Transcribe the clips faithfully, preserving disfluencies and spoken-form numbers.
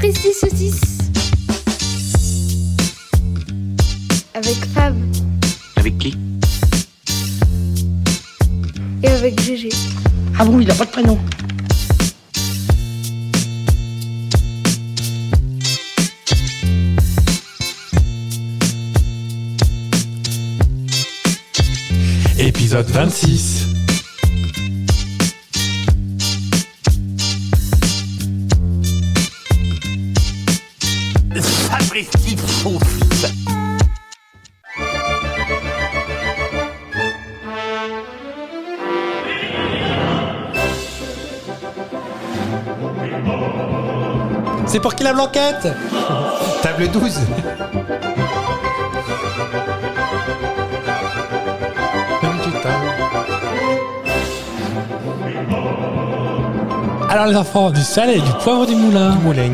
Sapristi saucisse. Avec Fab. Avec qui? Et avec Gégé. Ah bon, il n'a pas de prénom. Épisode vingt-six. Sapristi saucisse. C'est pour qui la blanquette? Table douze. Alors les enfants, du sel et du poivre du moulin. Du moulin.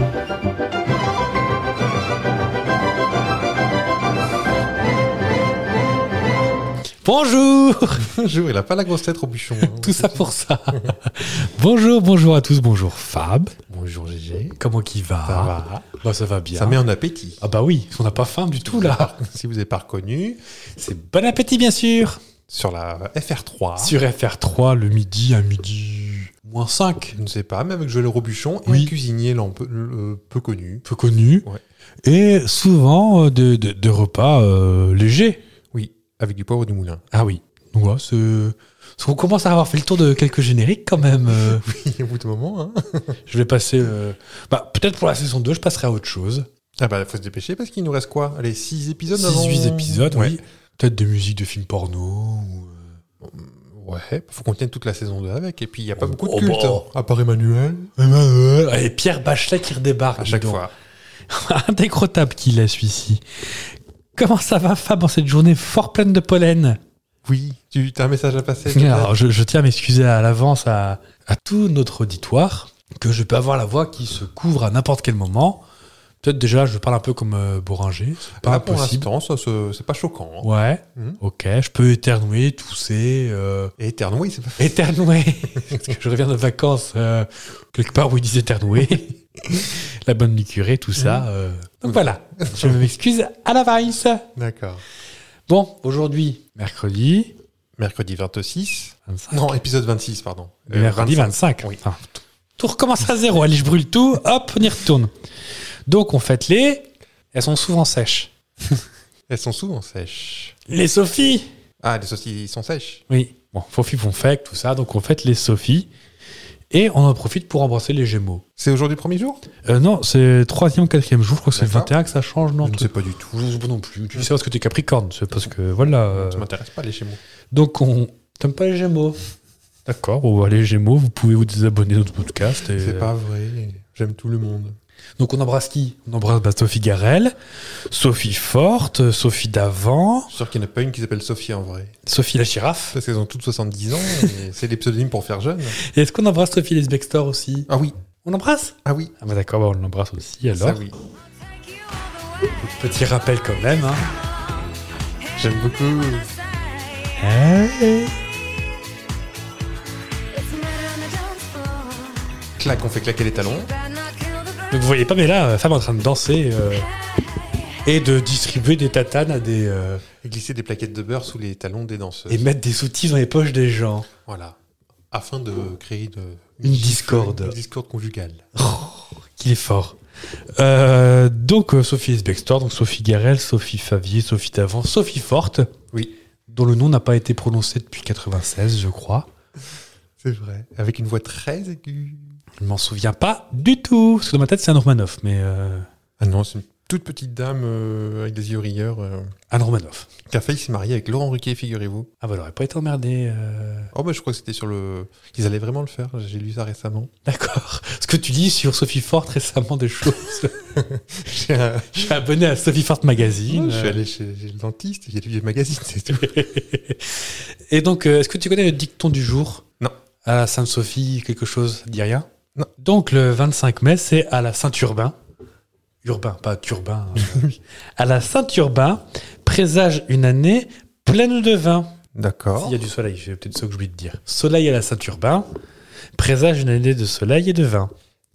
Bonjour. Bonjour, il a pas la grosse tête au bûchon. Hein. Tout ça pour ça. Bonjour, bonjour à tous, bonjour Fab. Bonjour Gégé. Comment qui va? Ça va. Bah ça va bien. Ça met en appétit. Ah bah oui, on n'a pas faim du tout là. Si vous n'avez pas reconnu, c'est Bon appétit bien sûr. sur la F R trois. Sur F R trois, le midi à midi moins cinq. Je ne sais pas, mais avec Joël Robuchon et Oui. un cuisinier là, peu, euh, peu connu. Peu connu. Ouais. Et souvent euh, de, de, de repas euh, légers. Oui, avec du poivre du moulin. Ah oui. Donc voilà, c'est... On commence à avoir fait le tour de quelques génériques quand même. euh. Oui, au bout de moment. Hein. Je vais passer... euh, Bah, peut-être pour la saison deux, je passerai à autre chose. Ah bah, il faut se dépêcher parce qu'il nous reste quoi? Allez, six épisodes six avant... huit épisodes, Ouais. oui. Peut-être des musiques de films porno. Ou... Ouais, faut qu'on tienne toute la saison deux avec. Et puis, il n'y a pas Oh, beaucoup de oh, culte. bah. hein. À part Emmanuel. Et Pierre Bachelet qui redébarque. À dis chaque donc. fois. Indécrottable qu'il est celui-ci. Comment ça va Fab en cette journée fort pleine de pollen? Oui, tu as un message à passer peut-être? Alors, je, je tiens à m'excuser à l'avance à, à tout notre auditoire que je peux avoir la voix qui se couvre à n'importe quel moment. Peut-être déjà, je parle un peu comme euh, Bourringer. C'est pas Là, pour impossible. l'instant, ça, se- c'est pas choquant. hein. Ouais, Mhm. ok. Je peux éternuer, tousser, euh, Et éternuer, c'est pas éternuer. Parce que je reviens de vacances euh, quelque part où ils disent éternuer. La bonne licurée, tout ça. euh. Donc voilà, je m'excuse à l'avance. D'accord. Bon, aujourd'hui, mercredi Mercredi vingt-six. vingt-cinq. Non, épisode vingt-six, pardon. Euh, mercredi vingt-cinq. Oui. Enfin, tout, tout recommence à zéro. Allez, je brûle tout. Hop, on y retourne. Donc, on fête les... Elles sont souvent sèches. Elles sont souvent sèches. Les Sophies. Ah, les saucisses sont sèches. Oui. Bon, Fofi, font fête, tout ça. Donc, on fête les Sophies. Et on en profite pour embrasser les Gémeaux. C'est aujourd'hui le premier jour? Euh, non, c'est troisième ou quatrième jour. Je crois que c'est le D'accord. vingt et un que ça change, non? Je ne sais pas du tout. Je sais pas non plus. Tu sais parce que t'es Capricorne. C'est parce que, voilà. euh, Ça m'intéresse pas, les Gémeaux. Donc, on... T'aimes pas les Gémeaux? D'accord. Bon, bah, les Gémeaux, vous pouvez vous désabonner de notre podcast. Et... C'est pas vrai. J'aime tout le monde. Donc on embrasse qui? On embrasse bah, Sophie Garel, Sophie Forte, Sophie Davant, Je suis sûr qu'il n'y en a pas une qui s'appelle Sophie en vrai. Sophie la girafe. Parce qu'elles ont toutes soixante-dix ans et c'est des pseudonymes pour faire jeune. Et est-ce qu'on embrasse Sophie Lesbextor aussi? Ah oui. On l'embrasse? Ah oui. Ah bah d'accord, bah, on l'embrasse aussi alors. Ça oui. Petit rappel quand même. Hein. J'aime beaucoup. Hey. Clac, on fait claquer les talons. Donc vous voyez pas, mais là, femme en train de danser euh, et de distribuer des tatanes à des... euh, Et glisser des plaquettes de beurre sous les talons des danseuses. et mettre des soutifs dans les poches des gens. Voilà. Afin de créer de... Une discorde. Une discorde conjugale. Qu'il est fort. Euh, donc euh, Sophie Lesbextor, donc Sophie Garel, Sophie Favier, Sophie Davant, Sophie Forte, Oui. dont le nom n'a pas été prononcé depuis quatre-vingt-seize, je crois. C'est vrai. Avec une voix très aiguë. Je ne m'en souviens pas du tout. Parce que dans ma tête, c'est Anne Romanoff, mais euh, Ah non, c'est une toute petite dame euh, avec des yeux rieurs euh, Anne Romanoff. qui a failli se marier avec Laurent Ruquier, figurez-vous. Ah bah, elle aurait pas été emmerdée. euh. Oh bah je crois que c'était sur le... Ils allaient vraiment le faire, j'ai lu ça récemment. D'accord. Ce que tu dis sur Sophie Forte récemment des choses. J'ai un- Je suis abonné à Sophie Forte Magazine. Je suis allé chez, chez le dentiste, j'ai lu les magazines, c'est tout. Et donc, euh, est-ce que tu connais le dicton du jour? Non. À la Sainte-Sophie, quelque chose, ça te dit rien? Non. Donc, le vingt-cinq mai, c'est à la Saint-Urbain. Urbain, pas Turbin. euh, à la Saint-Urbain, présage une année pleine de vin. D'accord. S'il y a du soleil, c'est peut-être ça que j'oublie de dire. Soleil à la Saint-Urbain, présage une année de soleil et de vin.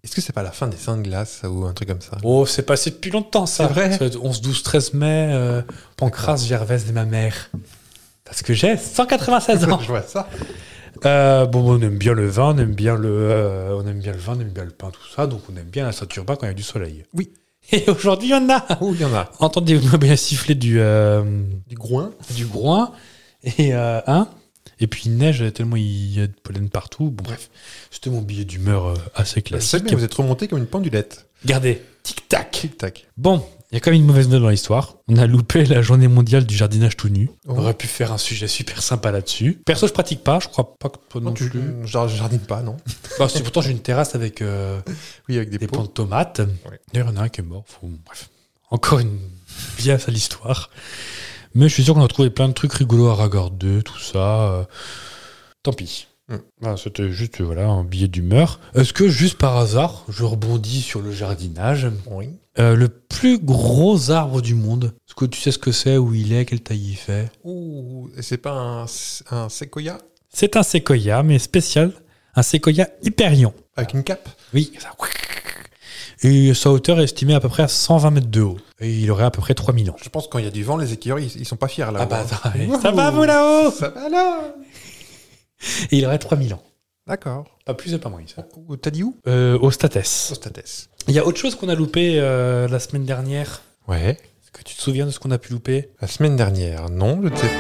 Est-ce que c'est pas la fin des Saints de glace ou un truc comme ça? Oh, c'est passé depuis longtemps, ça. C'est vrai. C'est onze, douze, treize mai, euh, Pancras, Gervaise et ma mère. Parce que j'ai cent quatre-vingt-seize ans. Je vois ça. Euh, bon, bon, on aime bien le vin, on aime bien le, euh, on aime bien le vin, on aime bien le pain, tout ça. Donc, on aime bien la Saint-Urbain quand il y a du soleil. Oui. Et aujourd'hui, il y en a. Oh, il y en a. Entendez-vous bien siffler du, euh, Du groin. du groin. Et, euh, hein et puis, il neige tellement il y a de pollen partout. Bon, bref, c'était mon billet d'humeur euh, assez Je sais classique. bien, vous êtes remonté comme une pendulette. Regardez, tic-tac. Tic-tac. Bon, il y a quand même une mauvaise nouvelle dans l'histoire. On a loupé la journée mondiale du jardinage tout nu. Oh. On aurait pu faire un sujet super sympa là-dessus. Perso, je pratique pas, je crois pas que toi non, Non, tu, plus. je je jardine pas, non? Bah, c'est pourtant j'ai une terrasse avec euh, Oui, avec des, des pots. plants de tomates. Ouais. D'ailleurs, il y en a un qui est mort. Faut- Bref, encore une bien sale histoire. Mais je suis sûr qu'on a trouvé plein de trucs rigolos à regarder, tout ça. euh, Tant pis. Mm. Voilà, c'était juste voilà, un billet d'humeur. Est-ce que juste par hasard, je rebondis sur le jardinage? Oui. Euh, le plus gros arbre du monde. Est-ce que tu sais ce que c'est, où il est, quelle taille il fait? Ouh, et c'est pas un, un séquoia C'est un séquoia, mais spécial. Un séquoia Hyperion. avec une cape? Oui. ça- Et sa hauteur est estimée à peu près à cent vingt mètres de haut. Et il aurait à peu près trois mille ans. Je pense que quand il y a du vent, les écureuils, ils, ils sont pas fiers là. Ah bah, hein. attends, allez, ça va vous là-haut? Ça va là. Et il aurait trois mille ans. D'accord. Pas plus et pas moins. Ça. Oh, t'as dit où? Euh, au Statès. Ostatès. Il y a autre chose qu'on a loupé euh, la semaine dernière. Ouais. Est-ce que tu te souviens de ce qu'on a pu louper? La semaine dernière, non, je ne sais.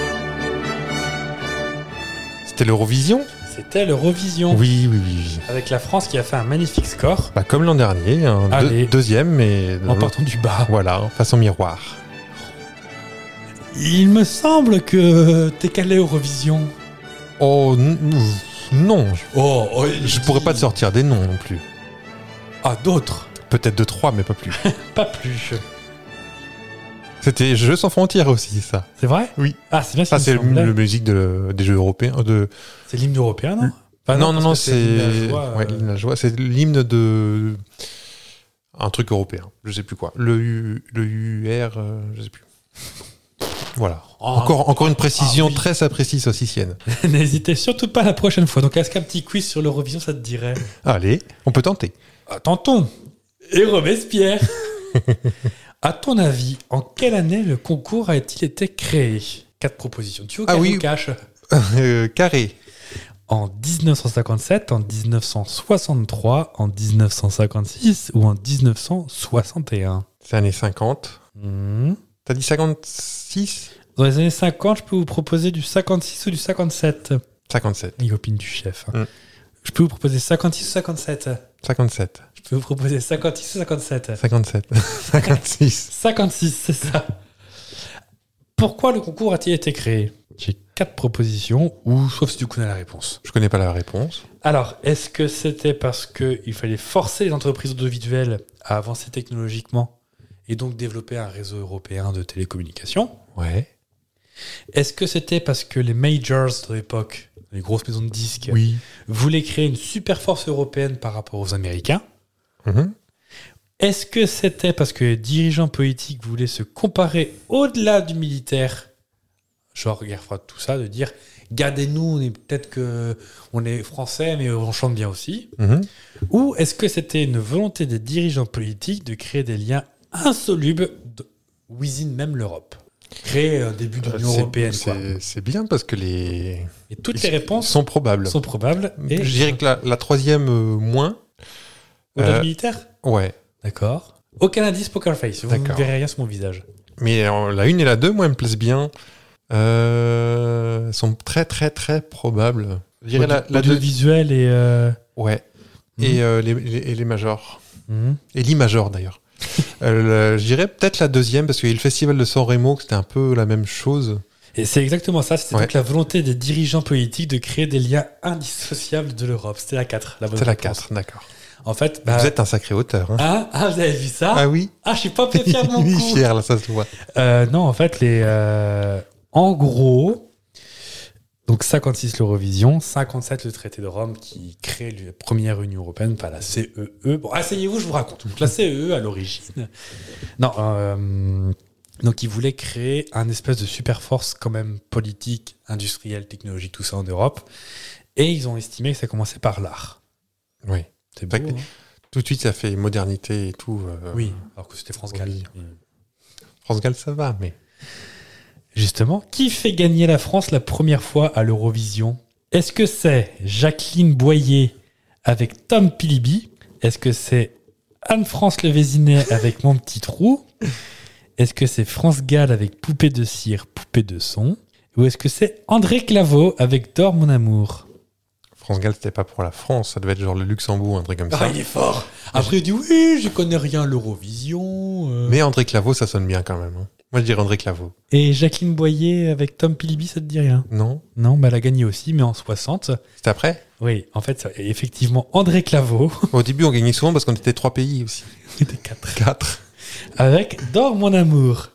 C'était l'Eurovision? C'était l'Eurovision. Oui, oui, oui, oui. Avec la France qui a fait un magnifique score. Bah, comme l'an dernier, un deux- Allez. deuxième, mais En partant du bas. voilà, face au miroir. Il me semble que t'es calé Eurovision. Oh n- non, je, Oh, oh je pourrais pas te sortir des noms non plus. Ah, d'autres. Peut-être deux, trois, mais pas plus. Pas plus. C'était Jeux sans frontières aussi, ça. C'est vrai? Oui. Ah, c'est bien ce Ça, qu'il c'est me le, semblait. le musique de, des Jeux européens. De... C'est l'hymne européen, non? Enfin, non, non, non, parce que c'est. l'hymne à la joie, ouais, euh, l'hymne à la joie. C'est l'hymne de. Un truc européen. Je sais plus quoi. Le, U... le U R, euh, je sais plus. Voilà. Oh, encore, encore une précision ah oui. très appréciée saucissienne. N'hésitez surtout pas la prochaine fois. Donc, est-ce qu'un petit quiz sur l'Eurovision, ça te dirait? Allez, on peut tenter. Ah, tentons. Et Robespierre. À ton avis, en quelle année le concours a-t-il été créé? Quatre propositions. Tu veux Ah qu'elle oui. nous cache? Euh, carré. En dix-neuf cent cinquante-sept, en dix-neuf cent soixante-trois, en dix-neuf cent cinquante-six ou en dix-neuf cent soixante et un? C'est années cinquante. Hmm. T'as dit cinquante-six? Dans les années cinquante, je peux vous proposer du cinquante-six ou du cinquante-sept. cinquante-sept. Les copines du chef. Mm. Je peux vous proposer cinquante-six ou cinquante-sept. cinquante-sept. Je peux vous proposer cinquante-six ou cinquante-sept. cinquante-sept. cinquante-six. cinquante-six, c'est ça. Pourquoi le concours a-t-il été créé? J'ai quatre propositions, ou sauf si tu connais la réponse. Je connais pas la réponse. Alors, est-ce que c'était parce qu'il fallait forcer les entreprises audiovisuelles à avancer technologiquement et donc développer un réseau européen de télécommunications? Ouais. Est-ce que c'était parce que les majors de l'époque, les grosses maisons de disques, Oui. voulaient créer une super force européenne par rapport aux Américains? Mhm. Est-ce que c'était parce que les dirigeants politiques voulaient se comparer au-delà du militaire, genre guerre froide, tout ça, de dire regardez-nous, on est peut-être que on est français, mais on chante bien aussi? Mhm. Ou est-ce que c'était une volonté des dirigeants politiques de créer des liens insolubles de- within même l'Europe? Créer un début de Euh, l'Union c'est- européenne, quoi. C'est c'est bien parce que les. Et toutes ils les réponses sont probables. sont probables. Et Je dirais que la, la troisième, euh, moins. au-delà euh, du militaire? Ouais. D'accord. Aucun indice Poker Face. Vous ne D'accord. verrez rien sur mon visage. Mais euh, la une et la deux, moi, elles me plaisent bien. Euh, sont très, très, très probables. Je dirais la, la deux. Audiovisuel et... euh, Ouais. Mhm. Et, euh, les, les, et les majors. mhm. Et l'I major, d'ailleurs. euh, le- je dirais peut-être la deuxième, parce qu'il y a eu le festival de San Remo, que c'était un peu la même chose. Et c'est exactement ça. C'était Ouais. donc la volonté des dirigeants politiques de créer des liens indissociables de l'Europe. C'était la quatre. La bonne C'est la réponse. quatre, d'accord. En fait... bah, Vous êtes un sacré auteur. Hein. ah, ah, vous avez vu ça? Ah oui. Ah, je suis pas très fier de mon Il est coup. fier, là, ça se voit. Euh, non, en fait, les, euh, en gros, donc cinquante-six l'Eurovision, cinquante-sept le traité de Rome qui crée la première Union européenne, pas la C E E. Bon, asseyez-vous, je vous raconte. Donc la C E E à l'origine. Non, euh, donc ils voulaient créer un espèce de super force quand même politique, industrielle, technologique, tout ça en Europe. Et ils ont estimé que ça commençait par l'art. Oui. C'est Fait beau, que- hein. Tout de suite, ça fait modernité et tout. euh, Oui, alors que c'était France-Galles. oui. France-Galles, ça va, mais... Justement, qui fait gagner la France la première fois à l'Eurovision? Est-ce que c'est Jacqueline Boyer avec Tom Pilibi? Est-ce que c'est Anne-France Le Vésinet avec Mon Petit Trou? Est-ce que c'est France Gall avec Poupée de cire, Poupée de son? Ou est-ce que c'est André Claveau avec Dors mon amour? France-Galles, c'était pas pour la France. Ça devait être genre le Luxembourg, un truc comme ça. Ah, il est fort. Après, il dit oui, je connais rien à l'Eurovision. euh. Mais André Claveau, ça sonne bien quand même. hein. Moi, je dirais André Claveau. Et Jacqueline Boyer avec Tom Pilibi, ça te dit rien? Non? Non, bah elle a gagné aussi, mais en soixante. C'était après? Oui, en fait, c'est effectivement André Claveau. Au début, on gagnait souvent parce qu'on était trois pays aussi. C'était quatre. Quatre. Avec Dors mon amour.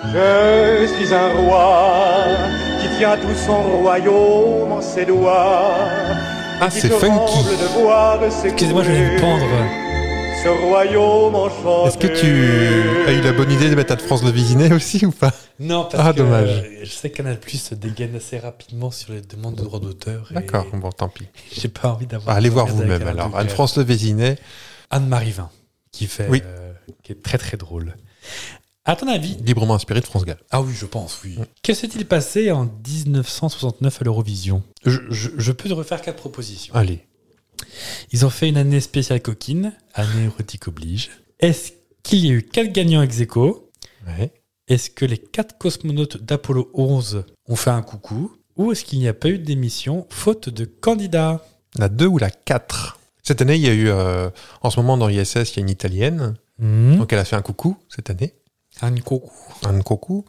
Je suis un roi qui tient tout son royaume en ses doigts. Ah, Qui c'est se funky. tremble de voir s'écouler Excusez-moi, je vais lui pendre. ce royaume enchanté. Est-ce que tu as eu la bonne idée de mettre Anne-France Le Vésinet aussi ou pas? Non, parce Ah, que dommage. euh, je sais que Canal Plus se dégaine assez rapidement sur les demandes de droits d'auteur. et D'accord, bon, tant pis. J'ai pas envie d'avoir. Bah, allez voir regardé vous-même avec un alors. double Anne-France Le Vésinet. Anne-Marie Vin, qui fait, Oui. euh, qui est très très drôle. À ton avis? Librement inspiré de France Gall. Ah oui, je pense, oui. Que s'est-il passé en dix-neuf cent soixante-neuf à l'Eurovision? je, je, je peux te refaire quatre propositions. Allez. Ils ont fait une année spéciale coquine, année érotique oblige. Est-ce qu'il y a eu quatre gagnants ex aequo? Ouais. Est-ce que les quatre cosmonautes d'Apollo onze ont fait un coucou? Ou est-ce qu'il n'y a pas eu d'émission faute de candidats? La deux ou la quatre? Cette année, il y a eu, euh, en ce moment dans I S S, il y a une Italienne. Mmh. Donc elle a fait un coucou cette année. Un coucou. Un coucou.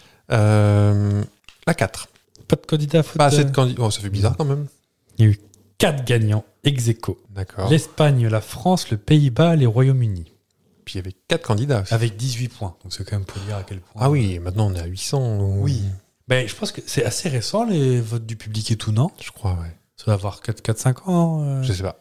Euh, la quatre. Pas de candidats faute Pas de... assez de candidats. Oh, ça fait bizarre quand même. Il y a eu quatre gagnants ex aequo. D'accord. L'Espagne, la France, le Pays-Bas, les Royaumes-Unis. Puis il y avait quatre candidats aussi. Avec dix-huit points. Donc c'est quand même pour dire à quel point... Ah oui, maintenant on est à huit cents. ou- Oui. Ben, je pense que c'est assez récent, les votes du public et tout, non? Je crois, ouais. Ça doit avoir quatre cinq ans. euh. Je sais pas.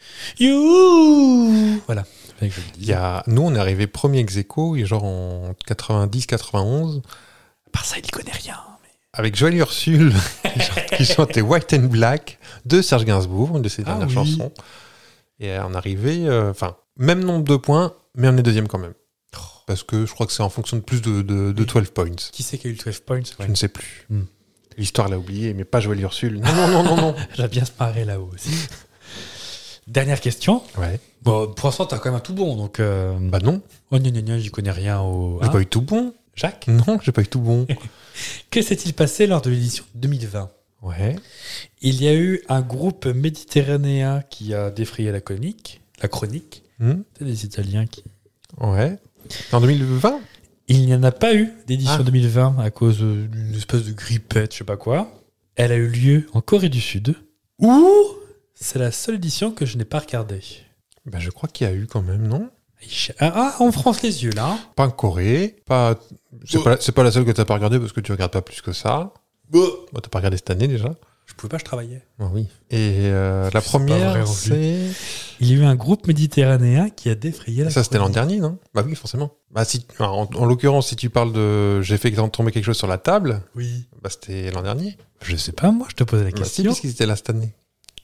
Youhou Voilà. Fallait que je le dise. Il y a... Nous, on est arrivé premier ex aequo, et genre en quatre-vingt-dix quatre-vingt-onze, À part ça, il y connaît rien. mais- avec Joël Ursule, qui chantait White and Black, de Serge Gainsbourg, une de ses Ah dernières oui. chansons. Et euh, on est arrivé, euh, enfin, même nombre de points, mais on est deuxième quand même. Parce que je crois que c'est en fonction de plus de, de, de Oui. douze points. Qui c'est qui a eu le douze points? Je ne sais plus. Hmm. L'histoire l'a oublié, mais pas Joël Ursule. Non, non, non, non, non. Elle a bien se marrer là-haut aussi. Dernière question. Ouais. Bon, pour l'instant, t'as quand même un tout bon, donc... Euh... Bah non, Oh, gna gna gna, j'y connais rien au... j'ai Hein pas eu tout bon. Jacques? Non, j'ai pas eu tout bon. Que s'est-il passé lors de l'édition deux mille vingt? Ouais. Il y a eu un groupe méditerranéen qui a défrayé la chronique. La chronique. Hmm. C'est des Italiens qui... Ouais. En deux mille vingt? Il n'y en a pas eu d'édition Ah. deux mille vingt à cause euh, d'une espèce de grippette, je sais pas quoi. Elle a eu lieu en Corée du Sud. Où c'est la seule édition que je n'ai pas regardée. Bah, je crois qu'il y a eu quand même, non? Ah, ah, on fronce les yeux là. hein. Pas en Corée, pas... C'est, pas, c'est pas la seule que t'as pas regardée parce que tu regardes pas plus que ça. Bah, t'as pas regardé cette année déjà. Je pouvais pas, je travaillais. Ah oui. Et euh, la C'est pas vrai, première, en c'est... Il y a eu un groupe méditerranéen qui a défrayé la Ça, c'était l'an chronique. dernier, non? Bah oui, forcément. Bah, si, en, en l'occurrence, si tu parles de j'ai fait tomber quelque chose sur la table, Oui. bah c'était l'an dernier. Je sais pas, moi, je te posais la Bah, si, question. parce qu'ils étaient là cette année.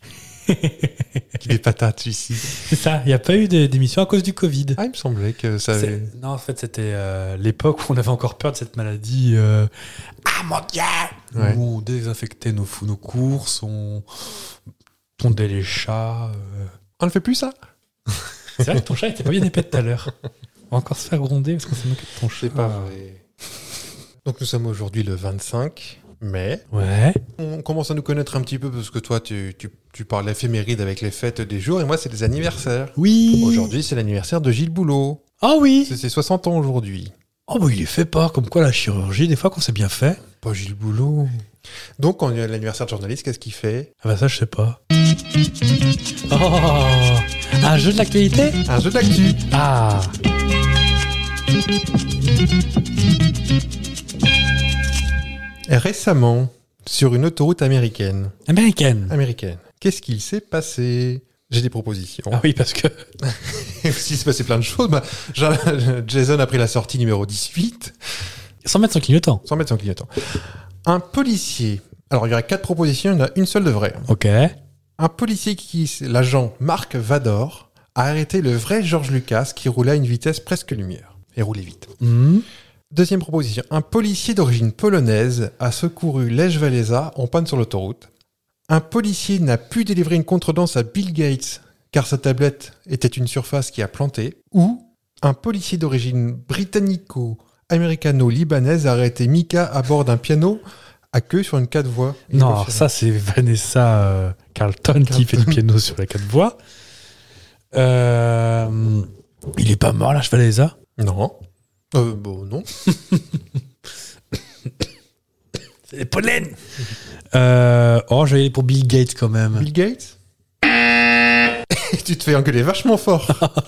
Il est patate, celui-ci. C'est ça, il n'y a pas eu de- d'émission à cause du Covid. Ah, il me semblait que ça avait... C'est- Non, en fait, c'était euh, l'époque où on avait encore peur de cette maladie. euh, Ah mon Dieu Ouais. Où on désinfectait nos, fou- nos courses, on tondait les chats. euh. On ne fait plus ça? C'est vrai que ton chat était pas bien épais tout à l'heure. On va encore se faire gronder parce qu'on s'est moqué de ton chat. C'est pas vrai. Donc nous sommes aujourd'hui le vingt-cinq mai. Ouais. On commence à nous connaître un petit peu parce que toi, tu, tu, tu parles l'éphéméride avec les fêtes des jours et moi, c'est les anniversaires. Oui. Aujourd'hui, c'est l'anniversaire de Gilles Boulot. Ah oui. C'est ses soixante ans aujourd'hui. Oh bah il est fait pas. Comme quoi la chirurgie, des fois qu'on s'est bien fait. Pas Gilles Boulot. Donc, quand il y a l'anniversaire de journaliste, qu'est-ce qu'il fait? Ah bah ça je sais pas. Oh, un jeu de l'actualité. Un jeu d'actu. Ah. Récemment, sur une autoroute américaine. Américaine. Américaine. Qu'est-ce qu'il s'est passé? J'ai des propositions. Ah oui parce que. Il s'est passé plein de choses. Bah, Jean- Jason a pris la sortie numéro dix-huit. Sans mettre son clignotant. Sans mettre son clignotant. Un policier. Alors, il y aurait quatre propositions, il y en a une seule de vraie. Ok. Un policier qui, l'agent Marc Vador, a arrêté le vrai George Lucas qui roulait à une vitesse presque lumière. Et roulait vite. Mmh. Deuxième proposition. Un policier d'origine polonaise a secouru Lech Walesa en panne sur l'autoroute. Un policier n'a pu délivrer une contredanse à Bill Gates car sa tablette était une surface qui a planté. Ou un policier d'origine britannico-américano-libanaise a arrêté Mika à bord d'un piano à queue sur une quatre voix. Non, ça c'est Vanessa euh, Carlton, Carlton qui fait du piano sur la quatre voix. Euh, il est pas mort, Lech Walesa ? Non. Euh, bon, non. C'est les pollens. euh, Oh, je vais aller pour Bill Gates quand même. Bill Gates. Tu te fais engueuler vachement fort.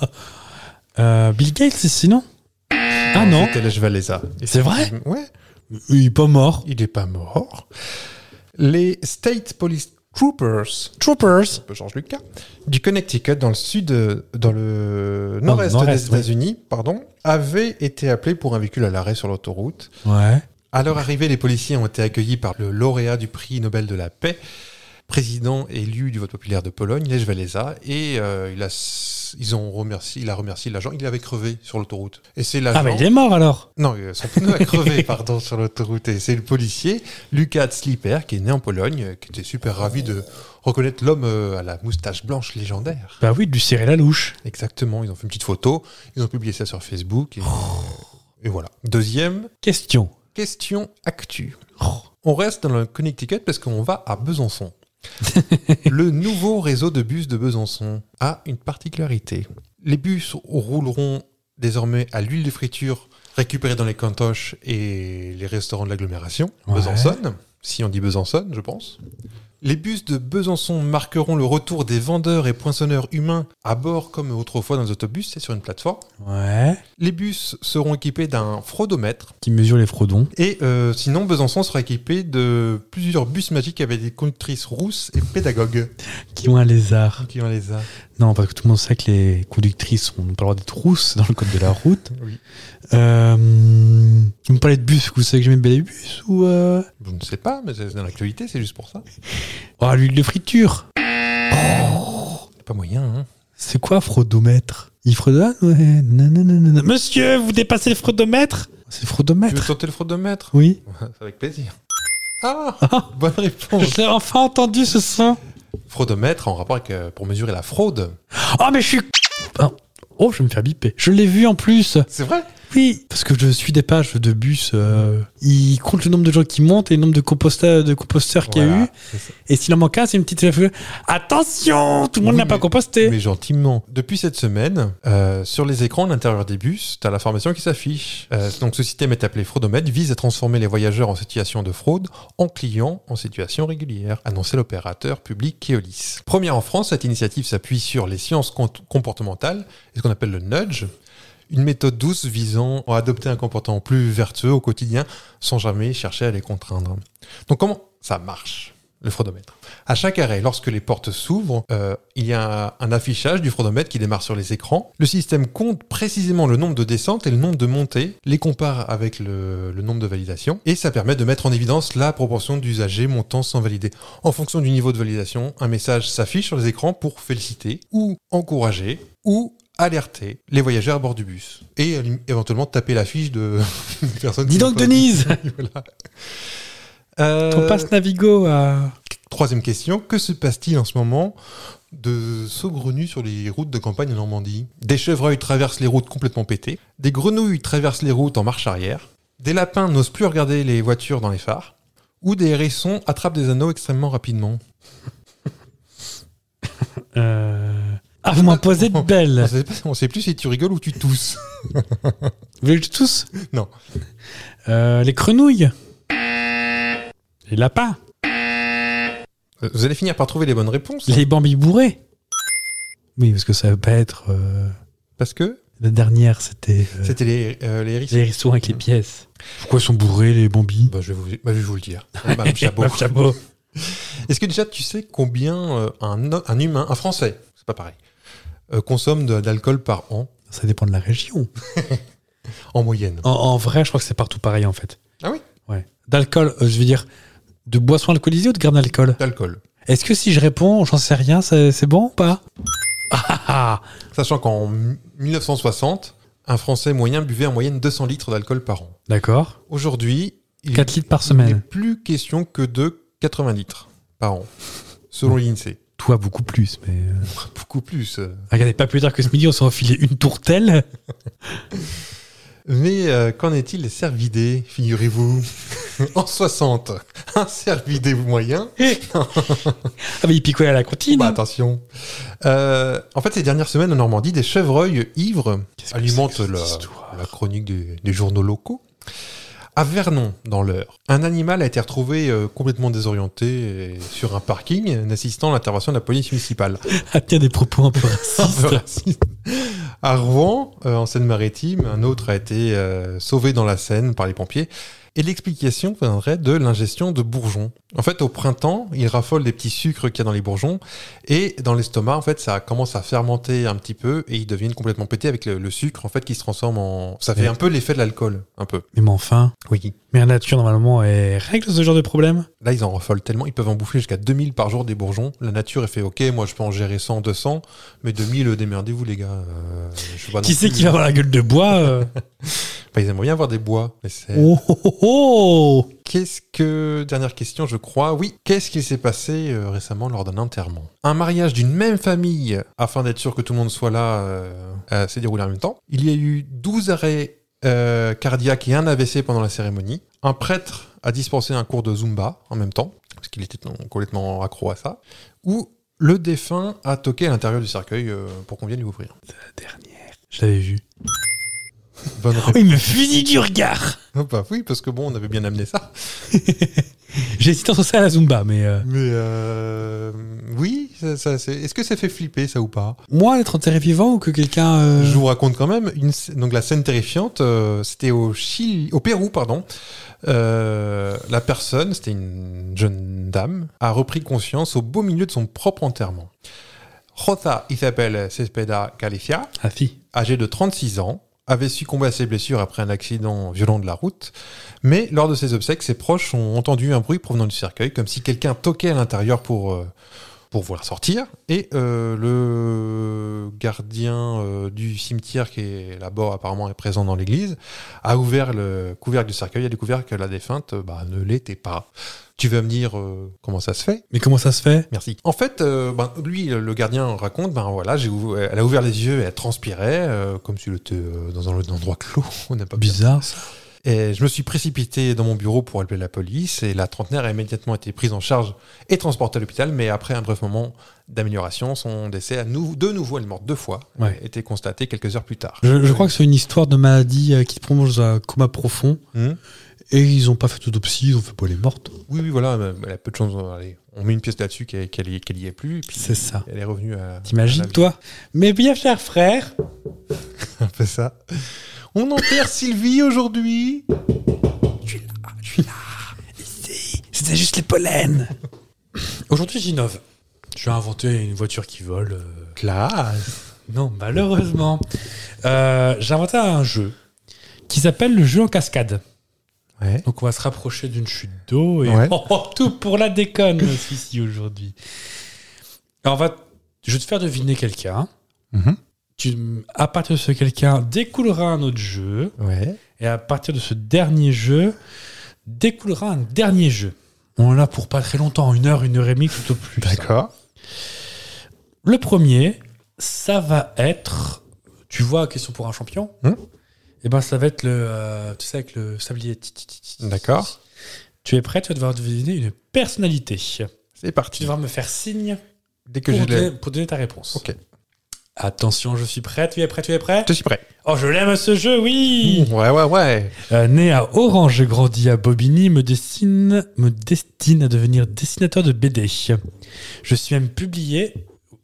euh, Bill Gates, sinon. Ah non. C'était Lech Walesa. C'est vrai ? Ouais. Il est pas mort. Il est pas mort. Les State Police Troopers, Troopers, George Lucas, du Connecticut, dans le sud, dans le nord-est, nord-est des États-Unis, ouais. pardon, avaient été appelés pour un véhicule à l'arrêt sur l'autoroute. Ouais. À leur arrivée, les policiers ont été accueillis par le lauréat du prix Nobel de la paix, président élu du vote populaire de Pologne, Lech Walesa, et euh, il a, ils ont remercié, il a remercié l'agent. Il avait crevé sur l'autoroute. Et c'est l'agent. Ah mais il est mort alors. Non, son pneu a crevé, pardon, sur l'autoroute. Et c'est le policier Lukas Slipper, qui est né en Pologne, qui était super ravi de reconnaître l'homme à la moustache blanche légendaire. Bah oui, de lui cirer la louche. Exactement. Ils ont fait une petite photo, ils ont publié ça sur Facebook. Et, oh. et voilà. Deuxième question. Question actu. Oh. On reste dans le Connecticut parce qu'on va à Besançon. Le nouveau réseau de bus de Besançon a une particularité. Les bus rouleront désormais à l'huile de friture récupérée dans les cantoches et les restaurants de l'agglomération. Ouais. Besançon, si on dit Besançon, je pense. Les bus de Besançon marqueront le retour des vendeurs et poinçonneurs humains à bord comme autrefois dans les autobus, c'est sur une plateforme. Ouais. Les bus seront équipés d'un fraudomètre. Qui mesure les fraudons. Et euh, sinon, Besançon sera équipé de plusieurs bus magiques avec des conductrices rousses et pédagogues. Qui ont un lézard. Qui ont un lézard. Non, parce que tout le monde sait que les conductrices n'ont pas le droit d'être rousses dans le code de la route. Oui. Euh, vous me parlez de bus, vous savez que j'aime bien les bus ou euh... Je ne sais pas, mais c'est dans l'actualité, c'est juste pour ça. Oh, l'huile de friture. Oh. C'est pas moyen, hein. C'est quoi fraudomètre? Il fraudonne? Ouais. Nanana. Monsieur, vous dépassez le fraudomètre? C'est le fraudomètre. Tu veux tenter le fraudomètre? Oui. C'est avec plaisir. Ah, ah, bonne réponse. J'ai enfin entendu ce son. Fraudomètre en rapport avec euh, pour mesurer la fraude. Oh mais je suis... Oh, je vais me faire biper. Je l'ai vu en plus. C'est vrai? Oui, parce que je suis des pages de bus. Euh, ils comptent le nombre de gens qui montent et le nombre de composteurs, de composteurs qu'il voilà, y a eu. Et s'il en manque un, c'est une petite... Attention, tout le monde oui, n'a pas composté. Mais gentiment. Depuis cette semaine, euh, sur les écrans à l'intérieur des bus, tu as l'information qui s'affiche. Euh, donc ce système est appelé Fraudomètre, vise à transformer les voyageurs en situation de fraude en clients en situation régulière, annonçait l'opérateur public Keolis. Première en France, cette initiative s'appuie sur les sciences comportementales et ce qu'on appelle le nudge. Une méthode douce visant à adopter un comportement plus vertueux au quotidien sans jamais chercher à les contraindre. Donc comment ça marche, le fraudomètre? À chaque arrêt, lorsque les portes s'ouvrent, euh, il y a un affichage du fraudomètre qui démarre sur les écrans. Le système compte précisément le nombre de descentes et le nombre de montées, les compare avec le, le nombre de validations, et ça permet de mettre en évidence la proportion d'usagers montant sans valider. En fonction du niveau de validation, un message s'affiche sur les écrans pour féliciter ou encourager ou alerter les voyageurs à bord du bus et éventuellement taper la fiche de personnes. Dis donc Denise. Voilà. euh... Ton passe Navigo à... Troisième question, que se passe-t-il en ce moment de saugrenus sur les routes de campagne en Normandie? Des chevreuils traversent les routes complètement pétées, des grenouilles traversent les routes en marche arrière, des lapins n'osent plus regarder les voitures dans les phares, ou des hérissons attrapent des anneaux extrêmement rapidement. euh... Ah, vous m'en posez de belles. On ne sait plus si tu rigoles ou tu tousses. Vous voulez que je tousse? Non. Euh, les grenouilles. Les lapins. Vous allez finir par trouver les bonnes réponses. Les bambis bourrés. Oui, parce que ça ne veut pas être... Euh... Parce que la dernière, c'était... Euh... C'était les, euh, les hérissons. Les hérissons avec les pièces. Pourquoi sont bourrés, les bambis? bah, je, vais vous... bah, je vais vous le dire. Mme Chabot. Mme Chabot. Est-ce que déjà, tu sais combien euh, un, un humain, un Français, c'est pas pareil, euh, consomme de, d'alcool par an? Ça dépend de la région. En moyenne. En, en vrai, je crois que c'est partout pareil, en fait. Ah oui? Ouais. D'alcool, euh, je veux dire, de boissons alcoolisées ou de grains d'alcool? D'alcool. Est-ce que si je réponds, j'en sais rien, c'est, c'est bon ou pas? Ah, Sachant qu'en mille neuf cent soixante, un Français moyen buvait en moyenne deux cents litres d'alcool par an. d'accord. Aujourd'hui, il quatre litres par il n'est semaine. plus question que de quatre-vingts litres par an, selon l'INSEE. Toi, beaucoup plus, mais... euh, Beaucoup plus. euh. Regardez, pas plus tard que ce midi, on s'est enfilé une tourtelle. Mais euh, qu'en est-il des cervidés, figurez-vous? En soixante, un cervidé moyen. Ah, mais il picolait à la cantine. Bah, attention. Euh, en fait, ces dernières semaines en Normandie, des chevreuils ivres Qu'est-ce que alimentent c'est que la, cette histoire la chronique des, des journaux locaux. À Vernon, dans l'Eure, un animal a été retrouvé euh, complètement désorienté et sur un parking, n'assistant à l'intervention de la police municipale. Ah, tiens, des propos un peu racistes. Raciste. À Rouen, euh, en Seine-Maritime, un autre a été euh, sauvé dans la Seine par les pompiers. Et l'explication viendrait de l'ingestion de bourgeons. En fait, au printemps, il raffole des petits sucres qu'il y a dans les bourgeons. Et dans l'estomac, en fait, ça commence à fermenter un petit peu et ils deviennent complètement pétés avec le, le sucre, en fait, qui se transforme en... Ça fait Mais- un peu l'effet de l'alcool, un peu. Mais enfin, Oui. Mère Nature, normalement, elle règle ce genre de problème. Là, ils en raffolent tellement. Ils peuvent en bouffer jusqu'à deux mille par jour des bourgeons. La nature, elle fait OK, moi, je peux en gérer cent, deux cents. Mais deux mille, démerdez-vous, les gars. Euh, je sais pas non Qui c'est plus. qui va avoir la gueule de bois euh Enfin, ils aimeraient bien avoir des bois. Mais c'est... Oh, oh, oh, oh. Qu'est-ce que... Dernière question, je crois. Oui, qu'est-ce qui s'est passé euh, récemment lors d'un enterrement? Un mariage d'une même famille, afin d'être sûr que tout le monde soit là, euh, euh, s'est déroulé en même temps. Il y a eu douze arrêts euh, cardiaques et un A V C pendant la cérémonie. Un prêtre a dispensé un cours de Zumba en même temps, parce qu'il était non- complètement accro à ça. Ou le défunt a toqué à l'intérieur du cercueil euh, pour qu'on vienne lui ouvrir. La dernière. Je l'avais vu. Bonne Oh, il me fusille du regard. Oh, bah oui, parce que bon, on avait bien amené ça. J'ai hésité entre ça à la Zumba, mais... euh, Mais euh, oui, ça, ça, c'est... est-ce que ça fait flipper ça ou pas? Moi, être enterré vivant ou que quelqu'un... euh, Je vous raconte quand même une, sc- donc la scène terrifiante. euh, c'était au Chili, au Pérou, pardon. Euh, la personne, c'était une jeune dame, a repris conscience au beau milieu de son propre enterrement. Rosa Isabel Cespeda Galicia, Ah si. âgée de trente-six ans, avait succombé à ses blessures après un accident violent de la route. Mais lors de ses obsèques, ses proches ont entendu un bruit provenant du cercueil, comme si quelqu'un toquait à l'intérieur pour, euh, pour voir sortir. Et euh, le gardien euh, du cimetière, qui est là-bas apparemment est présent dans l'église, a ouvert le couvercle du cercueil et a découvert que la défunte euh, bah, ne l'était pas. Tu vas me dire euh, comment ça se fait? Mais comment ça se fait? Merci. En fait, euh, ben, lui, le gardien raconte, ben voilà, j'ai ouv- elle a ouvert les yeux et elle transpirait, euh, comme si elle était euh, dans un endroit clos. On n'a pas bien. Bizarre, ça. Et je me suis précipité dans mon bureau pour appeler la police et la trentenaire a immédiatement été prise en charge et transportée à l'hôpital, mais après un bref moment d'amélioration, son décès à nou- de nouveau, elle est morte deux fois, Ouais. a été constaté quelques heures plus tard. Je, je crois que c'est une histoire de maladie euh, qui te prolonge dans un coma profond. Hmm. Et ils ont pas fait d'autopsie, ils ont fait pas les mortes. Oui, oui, voilà, mais elle a peu de chance. Allez, on met une pièce là-dessus qu'elle qu'elle y, qu'elle y est plus. Et puis C'est ça. Elle est revenue à. T'imagines, à la vie. toi? Mais bien, cher frère. On fait ça. On enterre Sylvie aujourd'hui. C'était juste les pollens. Aujourd'hui, j'innove. Je vais inventer une voiture qui vole. euh, Classe. Non, malheureusement. Euh, j'ai inventé un jeu qui s'appelle le jeu en cascade. Ouais. Donc, on va se rapprocher d'une chute d'eau et Ouais. oh, oh, tout pour la déconne, ici aujourd'hui. Alors, on va... je vais te faire deviner quelqu'un. Mhm. Tu... À partir de ce quelqu'un, découlera un autre jeu. Ouais. Et à partir de ce dernier jeu, découlera un dernier jeu. On en a pour pas très longtemps, une heure, une heure et demie, tout au plus. D'accord. Le premier, ça va être... Tu vois, question pour un champion Hmm. Eh ben, ça va être le... euh, tu sais, avec le sablier. Ti, ti, ti, ti. D'accord. Tu es prêt? Tu vas devoir deviner une personnalité. C'est Tu parti. devras me faire signe Dès que pour j'ai donner, les... pour donner ta réponse. Ok. Attention, je suis prêt. Tu es prêt? Tu es prêt? Je suis prêt. Oh, je l'aime ce jeu, oui. Ouais, ouais, ouais. Euh, né à Orange, grandi à Bobigny, me destine, me destine à devenir dessinateur de B D. Je suis même publié...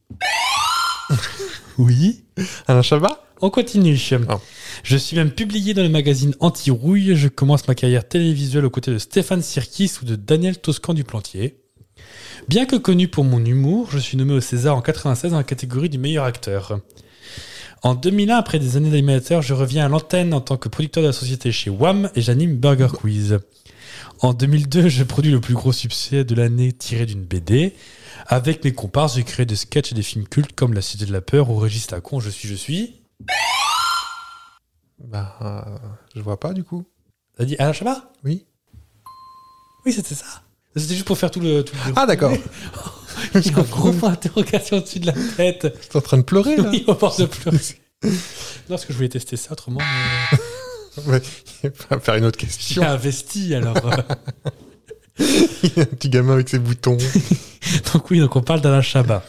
Oui. Alain Chabat? On continue. Oh. Je suis même publié dans le magazine Anti-Rouille. Je commence ma carrière télévisuelle aux côtés de Stéphane Sirkis ou de Daniel Toscan du Plantier. Bien que connu pour mon humour, je suis nommé au César en quatre-vingt-seize dans la catégorie du meilleur acteur. En deux mille un, après des années d'animateur, je reviens à l'antenne en tant que producteur de la société chez W A M et j'anime Burger Quiz. En deux mille deux, je produis le plus gros succès de l'année tiré d'une B D. Avec mes comparses, j'ai créé des sketchs et des films cultes comme La Cité de la Peur ou Régis Lacon, Je suis, je suis. Bah, euh, je vois pas du coup. T'as dit Alain Chabat ? Oui. Oui, c'était ça. C'était juste pour faire tout le... Tout le Ah, d'accord. Il y a un gros point d'interrogation au-dessus de la tête. T'es en train de pleurer, là. Oui, on pense de pleurer. Non, parce que je voulais tester ça, autrement... Mais... Ouais, il va faire une autre J'ai question. investi, alors... euh. Il y a un petit gamin avec ses boutons. Donc oui, donc on parle d'Alain Chabat.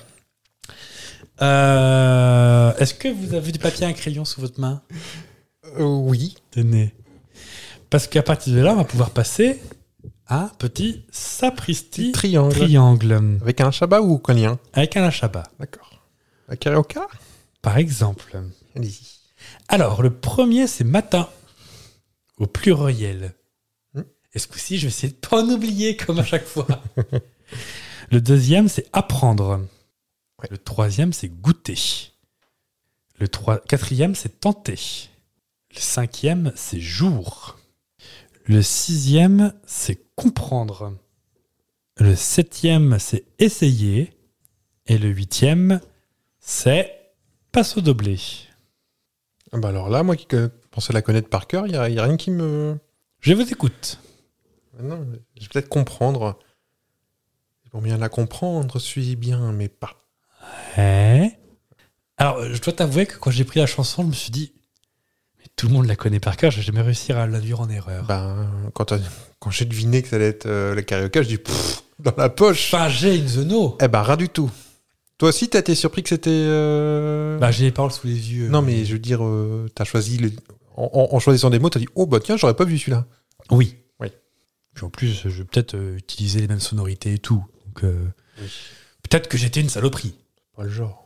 Euh, Est-ce que vous avez du papier et un crayon sous votre main ? Euh, oui. Tenez. Parce qu'à partir de là, on va pouvoir passer à un petit sapristi Triangle. triangle. Avec un Chabat ou aucun lien? Avec Alain Chabat, D'accord. La carioca? par exemple. Allez-y. Alors, le premier, c'est matin, au pluriel. Hmm. Et ce coup-ci, je vais essayer de ne pas en oublier, comme à chaque fois. Le deuxième, c'est apprendre. Ouais. Le troisième, c'est goûter. Le trois... quatrième, c'est tenter. Le cinquième, c'est jour. Le sixième, c'est comprendre. Le septième, c'est essayer. Et le huitième, c'est passe au doblé. Ah bah alors là, moi qui euh, pensais la connaître par cœur, il n'y a, y a rien qui me... Je vous écoute. Ah non, je vais peut-être comprendre. Pour bien la comprendre, suis bien, mais pas. Ouais. Alors, je dois t'avouer que quand j'ai pris la chanson, je me suis dit, mais tout le monde la connaît par cœur, je vais jamais réussir à l'induire en erreur. Ben, quand, t'as- quand j'ai deviné que ça allait être euh, la carioca, je dis pfff, dans la poche. Fagé in the know. Eh ben, rien du tout. Toi aussi, t'as été surpris que c'était... euh, Bah, j'ai les paroles sous les yeux. non, mais je veux dire, euh, t'as choisi... Le... En, en- en choisissant des mots, t'as dit, oh bah tiens, j'aurais pas vu celui-là. Oui. Oui. Puis en plus, je vais peut-être euh, utiliser les mêmes sonorités et tout. Donc, euh, Oui. peut-être que j'étais une saloperie. Pas le genre.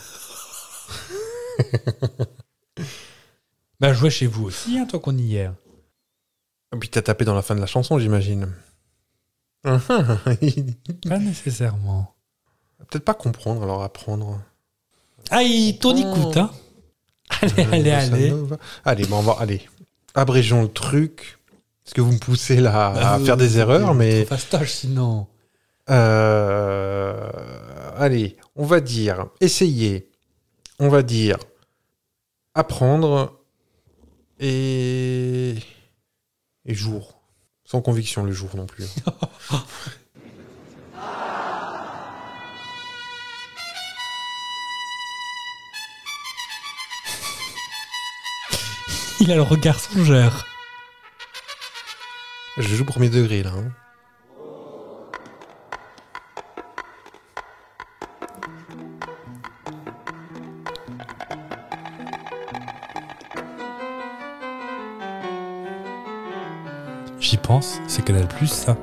Bah, jouez chez vous aussi, hein, tant qu'on y est. Et puis t'as tapé dans la fin de la chanson, j'imagine. Pas nécessairement. Peut-être pas comprendre, alors apprendre. Ah, il tourne, Oh. écoute, hein. Allez, Euh, allez, bossa allez. nova. Allez, bon, on va... Allez. Abrégeons le truc. Parce que vous me poussez là à Bah, faire vous- des erreurs, mais... Trop fastoche, sinon. Euh, allez, on va dire essayer, on va dire apprendre et, et jour. Sans conviction le jour non plus. Il a le regard songeur. Je joue premier degré là. hein. J'y pense, c'est Canal Plus, ça.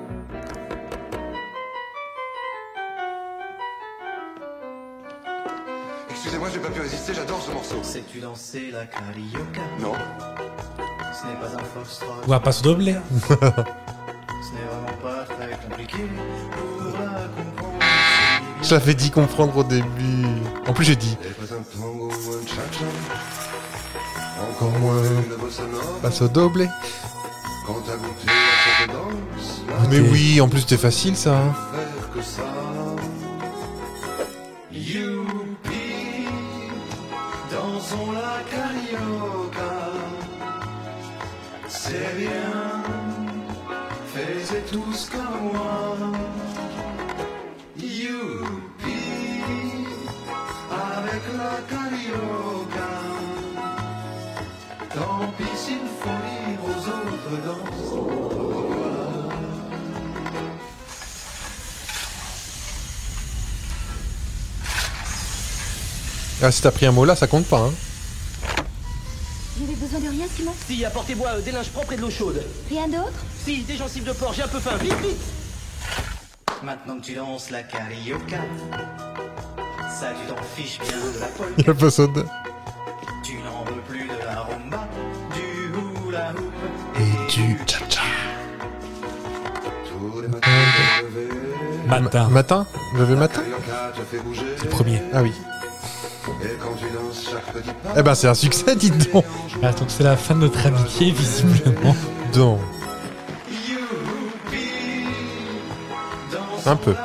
Excusez-moi, j'ai pas pu résister, j'adore ce morceau. Sais-tu danser la carioca? Non. Ce n'est pas un foxtrot, On va pas se doubler. ce n'est vraiment pas très compliqué pour la comprendre. Je l'avais dit comprendre au début. En plus j'ai dit Elle est pas un tango ou un cha-cha. encore moins Le bossa nova. passe au doblé. Quand t'as goûté à cette danse, là, Mais oui, en plus c'était facile ça. hein. faire que ça. Youpi, dansons la carioca. C'est bien, faites tous comme moi. Youpi, avec la carioca. Tant pis s'il faut lire aux autres danses. Ah, si t'as pris un mot là, ça compte pas. Hein. Vous avez besoin de rien, Simon? Si, apportez-moi euh, des linges propres et de l'eau chaude. Rien d'autre? Si, des gencives de porc, j'ai un peu faim. Vite, vite. Maintenant que tu danses la carioca, ça tu t'en fiches bien de la polka. Il y a pas ça de... Tu n'en veux plus de la rumba, du hula hoop Et du cha-cha. Tous les matins, je me levais. Matin. Matin? Vous avez matin? Carioca te fait bouger. C'est le premier. Ah oui. Et quand tu danses chaque petit pas. Eh ben, c'est un succès, dites donc. Ah, donc c'est la fin de notre amitié, visiblement. Donc. Un peu.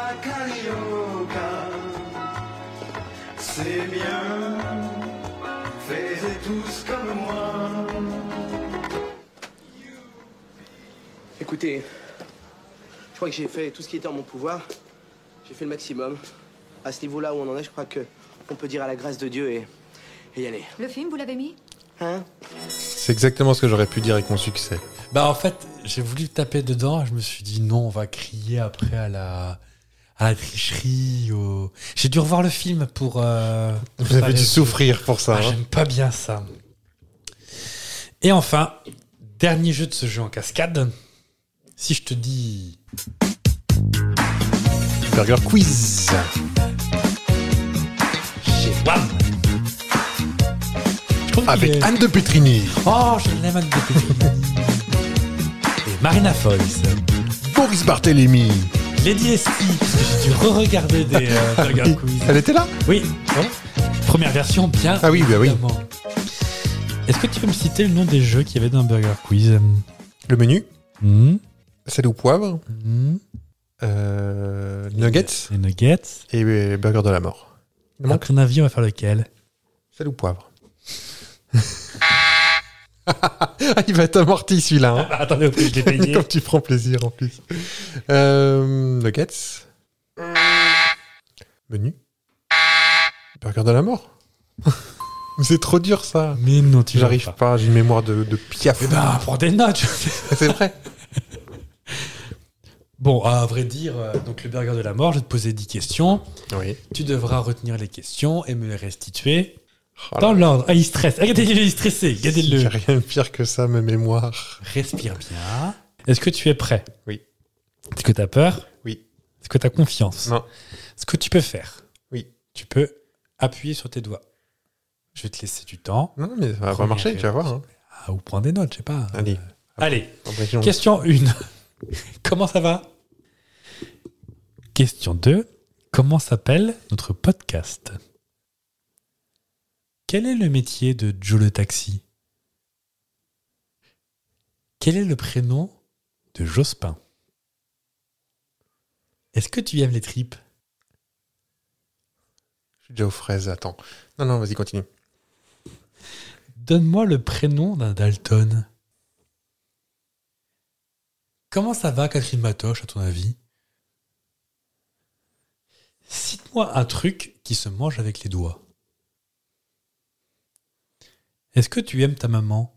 C'est bien, faites tous comme moi. Écoutez, je crois que j'ai fait tout ce qui était en mon pouvoir. J'ai fait le maximum. À ce niveau-là où on en est, je crois que on peut dire à la grâce de Dieu et, et y aller. Le film, vous l'avez mis? Hein? C'est exactement ce que j'aurais pu dire avec mon succès. Bah en fait, j'ai voulu taper dedans, je me suis dit non, on va crier après à la, à la tricherie. Au... J'ai dû revoir le film pour... Euh, pour Vous avez ça, dû les- souffrir pour ça. Ah, hein. j'aime pas bien ça. Et enfin, dernier jeu de ce jeu en cascade. Si je te dis... Burger Quiz. Chez Wam. Je trouve qu'il Avec est- Anne de Petrini. Oh, je l'aime Anne de Petrini. Et Marina Foïs. Boris Barthélémy. Lady Esti. Parce que j'ai dû re-regarder des euh, Burger Quiz. Elle était là? Oui. Première version, bien Ah oui, bah oui. évidemment. Est-ce que tu peux me citer le nom des jeux qu'il y avait dans Burger Quiz? Le menu. Hmm, Sel au poivre. hmm. Euh, nuggets. Les nuggets. Et euh, burger de la mort. Il À manque ton avis, on va faire lequel? sel ou poivre. Ah, il va être amorti celui-là. Hein. Attendez, au prix, je l'ai payé. Comme tu prends plaisir en plus. Euh, nuggets. Menu. Burger de la mort. C'est trop dur ça. Mais non, tu J'arrive vas pas. J'ai une mémoire de, de piaf. Eh ben, prends des notes. C'est vrai. Bon, à vrai dire, euh, donc le burger de la mort, je vais te poser dix questions. Oui. Tu devras retenir les questions et me les restituer Oh là dans là. l'ordre. Ah, il stresse. Regardez-le, il est stressé. Il n'y a Regardez-le. rien de pire que ça, ma mémoire. Respire bien. Est-ce que tu es prêt? Oui. Est-ce que tu as peur? Oui. Est-ce que tu as confiance? Non. Ce que tu peux faire, Oui. tu peux appuyer sur tes doigts. Je vais te laisser du temps. Non, mais ça va pas Première marcher, tu vas voir. Hein. Ah, ou prends des notes, je sais pas. Allez. Euh, Allez. Impression. Question un. Comment ça va? Question deux. Comment s'appelle notre podcast? Quel est le métier de Joe le taxi? Quel est le prénom de Jospin? Est-ce que tu aimes les tripes? Je suis déjà aux fraises, attends. Non, non, vas-y, continue. Donne-moi le prénom d'un Dalton. Comment ça va, Catherine Matoche, à ton avis? Cite-moi un truc qui se mange avec les doigts. Est-ce que tu aimes ta maman?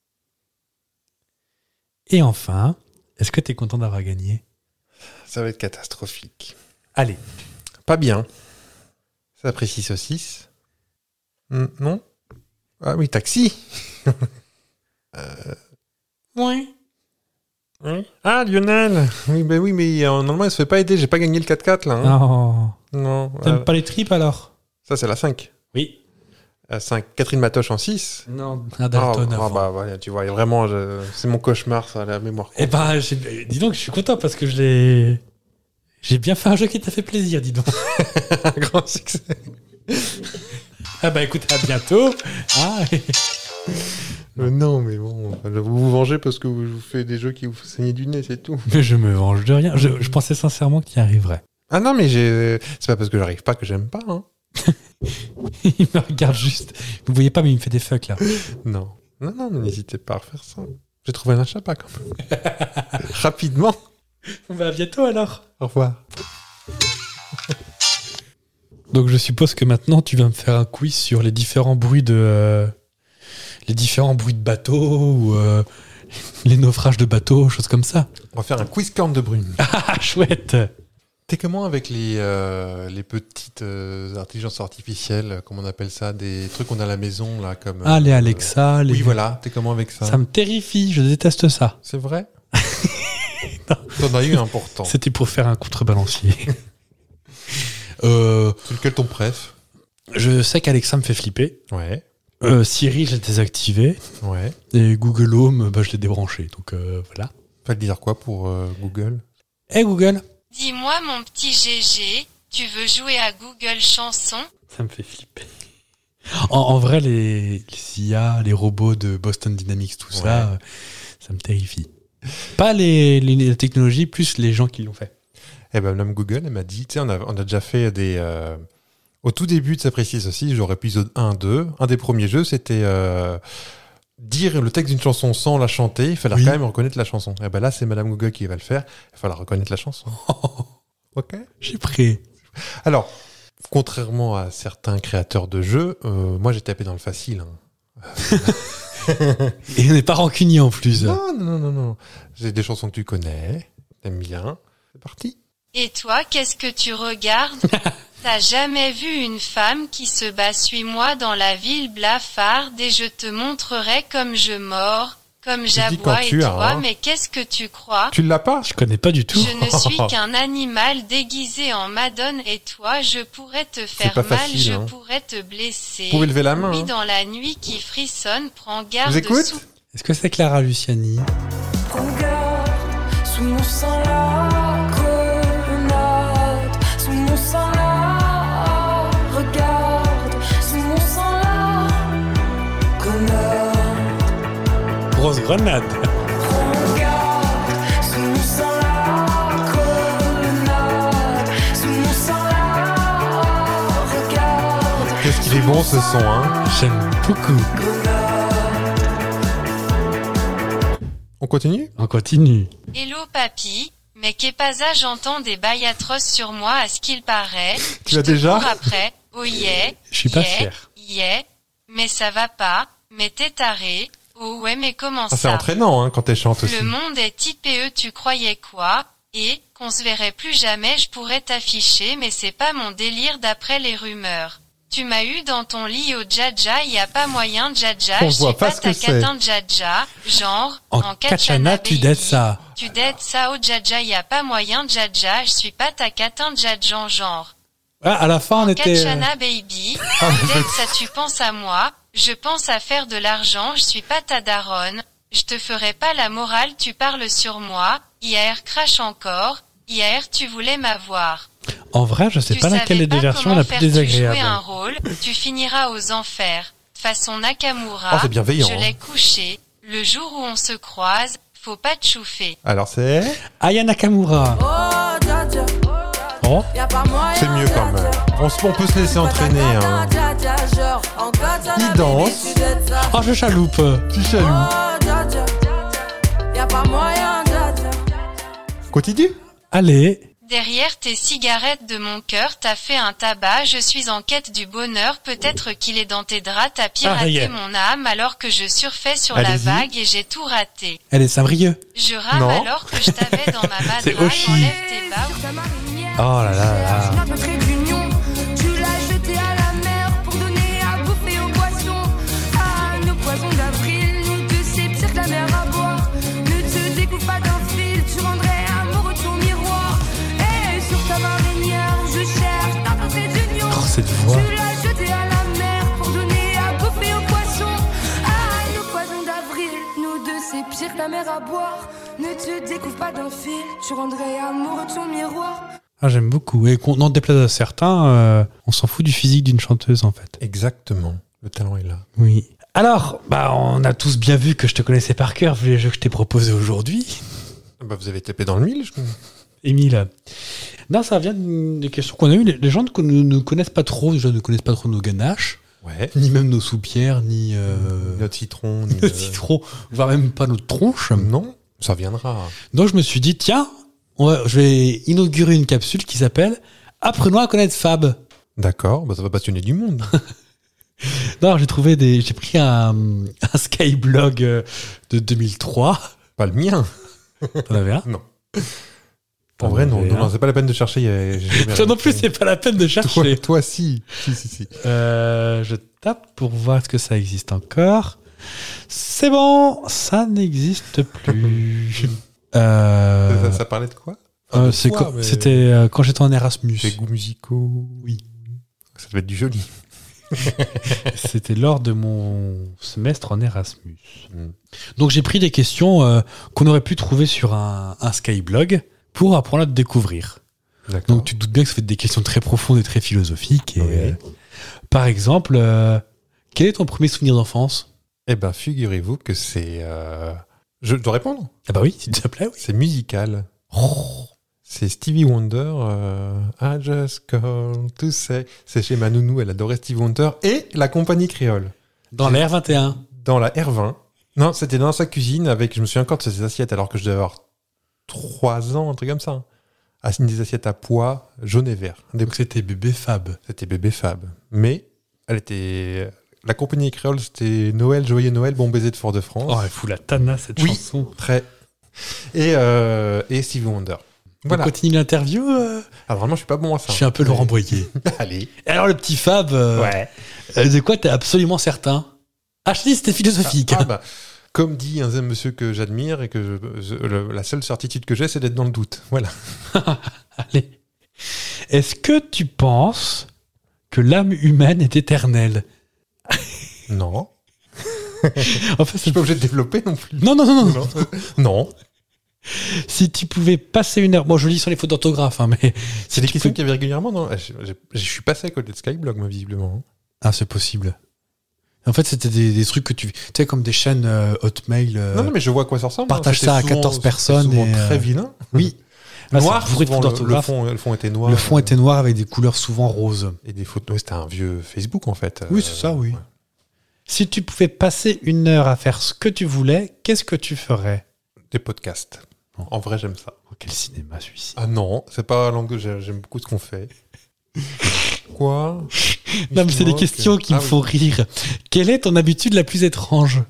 Et enfin, est-ce que tu es content d'avoir gagné? Ça va être catastrophique. Allez, Pas bien. Ça apprécie saucisse. Hmm, non? Ah oui, taxi. euh... oui. oui. Ah, Lionel. Oui, ben oui, mais euh, normalement, il se fait pas aider. J'ai pas gagné le quatre quatre, là. Hein. Oh. Non. T'aimes euh, pas les tripes alors? Ça, c'est la cinq. Oui. La cinq. Catherine Matoche en six. Non, un Dalton Ah, ah, avant. bah voilà, tu vois, vraiment, je- c'est mon cauchemar, ça, la mémoire. Eh ben, j'ai- dis donc, je suis content parce que je l'ai. J'ai bien fait un jeu qui t'a fait plaisir, dis donc. Un grand succès. Ah bah écoute, à bientôt. Ah, Euh, non, mais bon, vous vous vengez parce que je vous fais des jeux qui vous font saigner du nez, c'est tout. mais je me venge de rien. Je, je pensais sincèrement que tu y arriverais. Ah non, mais j'ai... c'est pas parce que j'arrive pas que j'aime pas, hein. Il me regarde juste. Vous voyez pas, mais il me fait des fucks là. Non. Non, non, mais n'hésitez pas à refaire ça. J'ai trouvé un achat pas quand même. Rapidement. Bah à bientôt alors. Au revoir. Donc je suppose que maintenant tu vas me faire un quiz sur les différents bruits de euh, les différents bruits de bateau ou euh, les naufrages de bateaux, choses comme ça. On va faire un quiz corne de brune. Ah chouette. T'es comment avec les, euh, les petites euh, intelligences artificielles, comme on appelle ça, des trucs qu'on a à la maison, là, comme... Ah les euh, Alexa, les... Oui, voilà. T'es comment avec ça? Ça me terrifie, je déteste ça. C'est vrai? T'en as eu un pourtant. C'était pour faire un contrebalancier. euh, C'est lequel ton préf? je sais qu'Alexa me fait flipper. Ouais. Euh, Siri, je l'ai désactivé. Ouais. Et Google Home, bah, je l'ai débranché. Donc euh, voilà. Fallait dire quoi pour euh, Google? Hey Google. Dis-moi mon petit G G, tu veux jouer à Google Chanson? Ça me fait flipper. En, en vrai, les, les I A, les robots de Boston Dynamics, tout Ouais. ça, euh, ça me terrifie. Pas les, les, les technologies, plus les gens qui l'ont fait. Eh ben, Madame Google, elle m'a dit, tu sais, on a, on a déjà fait des... euh, au tout début de sa précise aussi, genre épisode un, deux, un des premiers jeux, c'était euh, dire le texte d'une chanson sans la chanter, il fallait Oui. quand même reconnaître la chanson. Eh ben là, c'est Madame Google qui va le faire, il va falloir reconnaître la chanson. Ok. J'ai pris. Alors, contrairement à certains créateurs de jeux, euh, moi j'ai tapé dans le facile. Hein. Et on n'est pas rancunier en plus. Non, non, non, non, non. J'ai des chansons que tu connais, t'aimes bien. C'est parti. Et toi, qu'est-ce que tu regardes? T'as jamais vu une femme qui se bat suis-moi dans la ville blafarde et je te montrerai comme je mords, comme dis quand j'aboie et tu as, toi, hein. mais qu'est-ce que tu crois? Tu l'as pas? Je connais pas du tout. Je ne suis qu'un animal déguisé en madone et toi, je pourrais te faire pas mal, facile, je hein. pourrais te blesser. Vous pouvez lever la main. Oui, Hein. dans la nuit qui frissonne, prends garde Vous écoute sous Est-ce que c'est Clara Luciani? Regarde, sous mon sang la grenade, sous mon sang la, regarde, sous mon sang la grenade. Grosse grenade. Regarde, sous mon sang la grenade, sous mon sang la, regarde. Qu'est-ce qu'il est bon ce son, hein? J'aime beaucoup. On continue? On continue. Hello papy, mais qu'est pas ça, j'entends des bails atroces sur moi à ce qu'il paraît. Tu Je l'as te déjà? cours après, oh yeah, Je suis pas yeah, fier. yeah, mais ça va pas, mais t'es taré, oh ouais mais comment Ah, c'est ça? entraînant hein, quand elle chante aussi. Le monde est I P E, tu croyais quoi? Et, qu'on se verrait plus jamais, je pourrais t'afficher, mais c'est pas mon délire d'après les rumeurs. Tu m'as eu dans ton lit au Djadja, y a pas moyen Djadja, On je voit suis pas pas ce ta que c'est. catin Djadja, genre, En, en Kachana, tu baby. dettes ça. Tu dettes ça au Djadja, y a pas moyen Djadja, je suis pas ta catin Djadjan, genre. Ah, à la fin, on était. euh, Kachana baby, Ah, tu dettes ça tu penses à moi, je pense à faire de l'argent, je suis pas ta daronne, je te ferai pas la morale, tu parles sur moi, I A R crache encore, I A R tu voulais m'avoir. En vrai, je sais Tu pas laquelle savais des deux pas versions est comment la plus faire-tu désagréable. jouer un rôle, tu finiras aux enfers. Façon Nakamura, Oh, c'est bienveillant, je hein. l'ai couché, le jour où on se croise, faut pas te chouffer. Alors c'est... Aya Nakamura. Oh, dja dja, Oh, y a pas moyen. C'est mieux quand même. On, se- on peut se laisser entraîner. Hein. Dja dja, genre, en katana, Il baby, danse. tu dettes ça. oh je chaloupe. Tu jaloux. Oh, dja dja, y a pas moyen, dja dja. Continue. Allez. Derrière tes cigarettes de mon cœur, t'as fait un tabac, je suis en quête du bonheur, peut-être qu'il est dans tes draps, t'as piraté Ah, yeah. mon âme alors que je surfais sur la Allez-y. vague et j'ai tout raté. Elle est Saint-Brieuc. Je rame Non. alors que je t'avais dans ma C'est madrague, Oshi. enlève tes bas. Oh là là là. Notre trait d'union, tu l'as jeté à la mer pour donner à bouffer aux poissons. Ah, nos poissons d'avril, nous deux c'est pire que la mer à boire. Ne te découpe pas d'un fil, tu rendrais amoureux de ton miroir. Et sur ta marinière, je cherche notre trait d'union. Oh, cette voix. Tu l'as jeté à la mer pour donner à bouffer aux poissons. Ah, nos poissons d'avril, nous deux c'est pire que la mer à boire. Ne te découvre pas d'un fil, tu rendrais amoureux de ton miroir. Ah, j'aime beaucoup. Et qu'on en déplaise à certains, euh, on s'en fout du physique d'une chanteuse, en fait. Exactement. Le talent est là. Oui. Alors, bah, on a tous bien vu que je te connaissais par cœur, vu les jeux que je t'ai proposés aujourd'hui. Bah, vous avez tapé dans le mille. Je... Émile. Non, ça vient des questions qu'on a eues. Les les gens ne, con- ne connaissent pas trop, déjà ne connaissent pas trop nos ganaches, Ouais. ni même nos soupières, ni euh, Notre citron. ni notre le- citron, voire même pas notre tronche. Non, ça viendra. Donc je me suis dit, tiens, on va- je vais inaugurer une capsule qui s'appelle Apprenons à connaître Fab. D'accord, bah, ça va passionner du monde. Non, j'ai trouvé des, j'ai pris un, un Skyblog euh, de deux mille trois. Pas le mien. T'en avais un? Non. T'en En vrai, non, avais non, un. non, c'est pas la peine de chercher. y a- j'ai jamais Toi rien non plus, fait. c'est pas la peine de Toi, chercher. toi, si. Si, si, si. Euh, je tape pour voir est-ce que ça existe encore. C'est bon, ça n'existe plus. Euh, Ça, ça parlait de quoi Enfin, euh, de c'est quoi, quand- mais- C'était euh, quand j'étais en Erasmus. Des goûts musicaux. Oui. Ça doit être du joli. C'était lors de mon semestre en Erasmus. Mm. Donc j'ai pris des questions euh, qu'on aurait pu trouver sur un, un Skyblog pour apprendre à te découvrir. D'accord. Donc tu te doutes bien que ça fait des questions très profondes et très philosophiques. Et, Oui. euh, par exemple, euh, Quel est ton premier souvenir d'enfance? Eh ben, figurez-vous que c'est... euh, Je dois répondre? Ah bah oui, s'il te plaît, oui. C'est musical. Oh. C'est Stevie Wonder. euh, I just call to say. C'est chez ma nounou, elle adorait Stevie Wonder. Et la compagnie créole. Dans la R vingt et un. Dans la R vingt. Non, c'était dans sa cuisine avec, je me souviens encore de ces assiettes alors que je devais avoir trois ans, un truc comme ça. Ah, c'est des assiettes à pois jaune et vert. Des... Donc c'était bébé Fab. C'était bébé Fab. Mais elle était... La compagnie créole, c'était Noël, joyeux Noël, bon baiser de Fort-de-France. Oh, elle fout la tana, cette oui, chanson. Très. Et, euh, et Stevie Wonder. Voilà. On continue l'interview euh... Ah, vraiment, je suis pas bon à ça. Je suis un peu Laurent Boyer. Allez. Et alors, le petit Fab, euh... ouais. euh, de quoi t'es absolument certain? Ah, je te dis, c'était philosophique. Ah, ah bah, comme dit un monsieur que j'admire et que je, je, le, la seule certitude que j'ai, c'est d'être dans le doute. Voilà. Allez. Est-ce que tu penses que l'âme humaine est éternelle? Non. En fait, je suis pas obligé de développer non plus. Non, non, non, non. Non. non. Si tu pouvais passer une heure... Moi, je lis sur les fautes d'orthographe, hein, mais... C'est des questions peux... qu'il y avait régulièrement, non? je, je, je suis passé à côté de Skyblog, moi, visiblement. Ah, c'est possible. En fait, c'était des, des trucs que tu... Tu sais, comme des chaînes euh, Hotmail... Euh, non, non, mais je vois à quoi ça ressemble. Partage hein. ça à souvent, quatorze personnes. Souvent et, très euh, vilain. Oui. Noir, ah, souvent, le, le, fond, le fond était noir. Le fond était noir avec des couleurs souvent roses. Et des photos... C'était un vieux Facebook, en fait. Oui, c'est ça, oui. Ouais. Si tu pouvais passer une heure à faire ce que tu voulais, qu'est-ce que tu ferais? Des podcasts. Oh. En vrai, j'aime ça. Oh, quel cinéma, celui-ci. Ah non, c'est pas langue... J'aime beaucoup ce qu'on fait. Quoi? Non, mais c'est des questions qui ah, me font oui. rire. Quelle est ton habitude la plus étrange?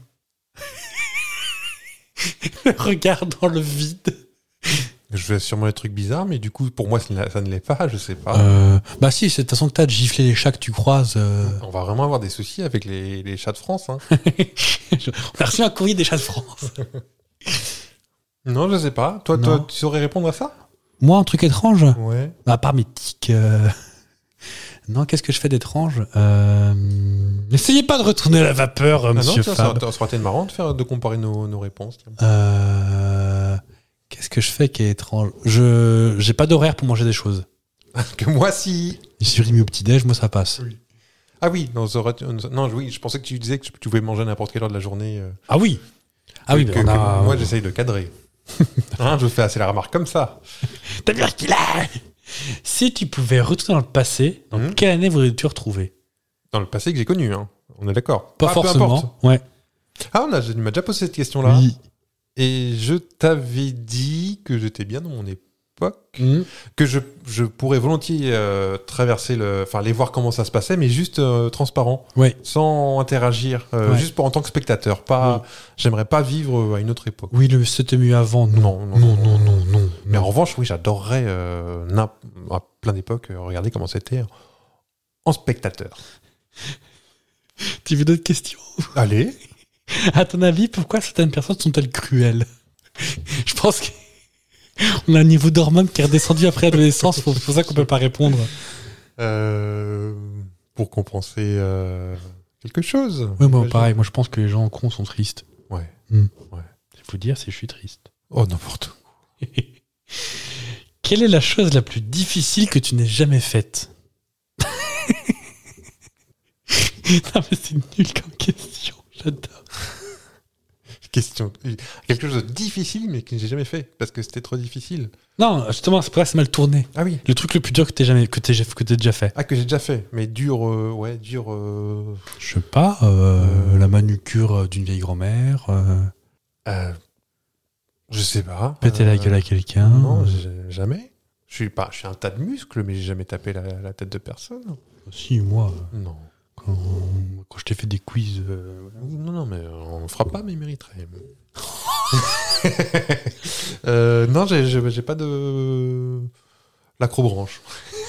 Le regard dans le vide. Je fais sûrement des trucs bizarres, mais du coup, pour moi, ça ne l'est pas, je sais pas. Euh, bah si, c'est de toute façon que t'as de gifler les chats que tu croises. Euh... On va vraiment avoir des soucis avec les, les chats de France. Hein. On a reçu un courrier des chats de France. Non, je sais pas. Toi, toi, tu saurais répondre à ça? Moi, un truc étrange? Ouais. À part mes tics... Euh... Non, qu'est-ce que je fais d'étrange? euh... N'essayez pas de retourner à la vapeur, ah monsieur non, Fab. Ça aurait été marrant de, faire, de comparer nos, nos réponses. Euh... Qu'est-ce que je fais qui est étrange? Je j'ai pas d'horaire pour manger des choses. Que moi, si. Je suis remis au petit-déj, moi, ça passe. Oui. Ah oui, non, aurait... non, oui, je pensais que tu disais que tu pouvais manger à n'importe quelle heure de la journée. Euh... Ah oui. Ah oui, que, ben on a... que moi, j'essaye de cadrer. hein, je fais assez la remarque comme ça. T'as bien qu'il a. Si tu pouvais retourner dans le passé, dans mmh. quelle année voudrais-tu retrouver? Dans le passé que j'ai connu, hein. On est d'accord. Pas ah, forcément. Ouais. Ah, on a, tu m'as déjà posé cette question-là. Oui. Et je t'avais dit que j'étais bien dans mon époque, mmh. que je, je pourrais volontiers euh, traverser le, enfin aller voir comment ça se passait, mais juste euh, transparent, ouais. sans interagir, euh, ouais. juste pour en tant que spectateur. Pas, oui. J'aimerais pas vivre à une autre époque. Oui, le c'était mieux avant. Non, non, non, non, non. non, non mais non. en revanche, oui, j'adorerais euh, à plein d'époques euh, regarder comment c'était en spectateur. Tu veux d'autres questions? Allez. À ton avis, pourquoi certaines personnes sont-elles cruelles? Je pense qu'on a un niveau d'hormones qui est redescendu après l'adolescence, c'est pour ça qu'on peut pas répondre. Euh, pour compenser euh, quelque chose. Oui, moi pareil, moi je pense que les gens cons sont tristes. Ouais. Mm. ouais. Il faut dire si je suis triste. Oh, n'importe quoi. Quelle est la chose la plus difficile que tu n'aies jamais faite? Non mais c'est nul comme question, j'adore. Question. Quelque chose de difficile mais que j'ai jamais fait parce que c'était trop difficile. Non, justement, c'est pour ça que c'est mal tourné. Ah oui. Le truc le plus dur que t'aies jamais, que t'aies, que t'aies déjà fait. Ah, que j'ai déjà fait, mais dur, euh, ouais, dur. Euh... Je sais pas, euh, euh... la manucure d'une vieille grand-mère. Euh... Euh... Je sais pas. Péter euh... la gueule à quelqu'un. Non, jamais. Je suis pas, je suis un tas de muscles, mais j'ai jamais tapé la, la tête de personne. Si, moi. Non. Quand, quand je t'ai fait des quiz. Euh... Non, non, mais on ne fera pas, mais il mériterait. euh, non, j'ai, j'ai, j'ai pas de. L'acrobranche.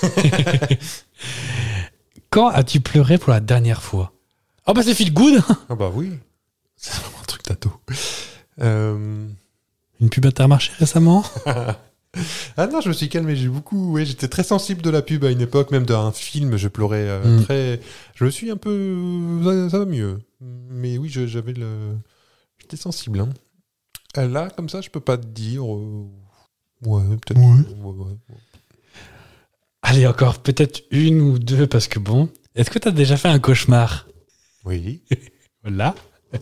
Quand as-tu pleuré pour la dernière fois? Oh, bah c'est feel good! Ah, bah oui. C'est vraiment un truc d'ado. Euh... Une pub Intermarché récemment? Ah non, je me suis calmé, j'ai beaucoup, ouais, j'étais très sensible de la pub à une époque, même d'un film, je pleurais euh, mm. très, je me suis un peu, ça, ça va mieux, mais oui, je, j'avais le, j'étais sensible. Hein. Là, comme ça, je peux pas te dire, euh... ouais, peut-être. Ouais. Ouais, ouais, ouais. Allez, encore peut-être une ou deux, parce que bon, est-ce que t'as déjà fait un cauchemar? Oui. Voilà.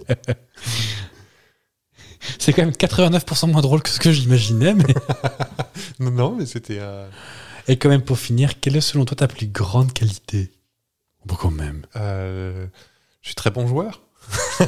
C'est quand même quatre-vingt-neuf pour cent moins drôle que ce que j'imaginais. Mais... non, non, mais c'était... Euh... Et quand même, pour finir, quelle est selon toi ta plus grande qualité? Bon, quand même. Euh... Je suis très bon joueur. Je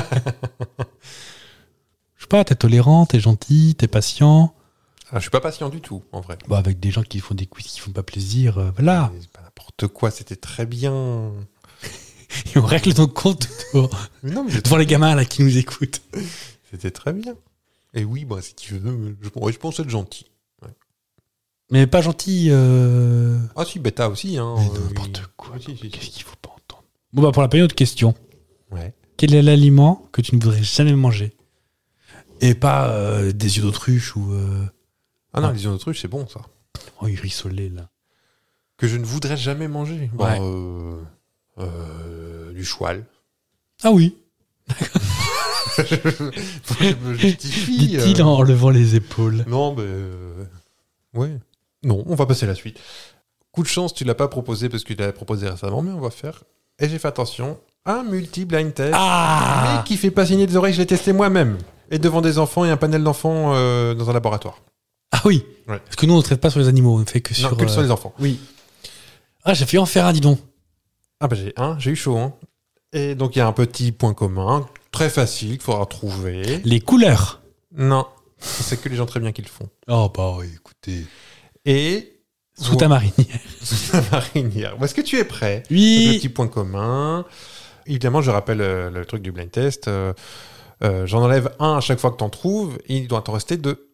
sais pas, t'es tolérant, t'es gentil, t'es patient. Ah, je suis pas patient du tout, en vrai. Bah, avec des gens qui font des quiz qui font pas plaisir, euh, voilà. C'est pas n'importe quoi, c'était très bien. Et on règle nos comptes devant, non, mais devant les gamins là qui nous écoutent. C'était très bien. Et oui, bah, si tu veux, je, ouais, je pense être gentil. Ouais. Mais pas gentil. Euh... Ah si, bêta aussi. Hein, mais euh, n'importe oui. quoi. Oui, si, si, Qu'est-ce si. qu'il faut pas entendre? Bon, bah, pour la payer, autre question. Ouais. Quel est l'aliment que tu ne voudrais jamais manger? Et pas euh, des yeux d'autruche ou. Euh... Ah non, ah. les yeux d'autruche, c'est bon ça. Oh, il rissolait là. Que je ne voudrais jamais manger. Bon, Ouais. euh, euh, du choual. Ah oui. Faut que je me justifie. Dit-il euh... en levant les épaules. Non, mais. Euh... Ouais. Non, on va passer à la suite. Coup de chance, tu l'as pas proposé parce que tu l'avais proposé récemment, mais on va faire. Et j'ai fait attention. Un multi-blind test. Ah Mais qui fait pas signer des oreilles, je l'ai testé moi-même. Et devant des enfants et un panel d'enfants euh, dans un laboratoire. Ah oui. Ouais. Parce que nous, on ne traite pas sur les animaux, on ne fait que sur. Non, que euh... sur les enfants. Oui. Ah, j'ai failli en faire un, dis donc. Ah bah j'ai un, j'ai eu chaud. Hein. Et donc il y a un petit point commun, très facile, qu'il faudra trouver. Les couleurs. Non, c'est que les gens très bien qui le font. Oh bah oui, écoutez. Et... Sous ta marinière. Sous ta marinière. Est-ce que tu es prêt? Oui. Donc, le petit point commun. Évidemment, je rappelle euh, le truc du blind test. Euh, euh, j'en enlève un à chaque fois que t'en trouves. Et il doit t'en rester deux.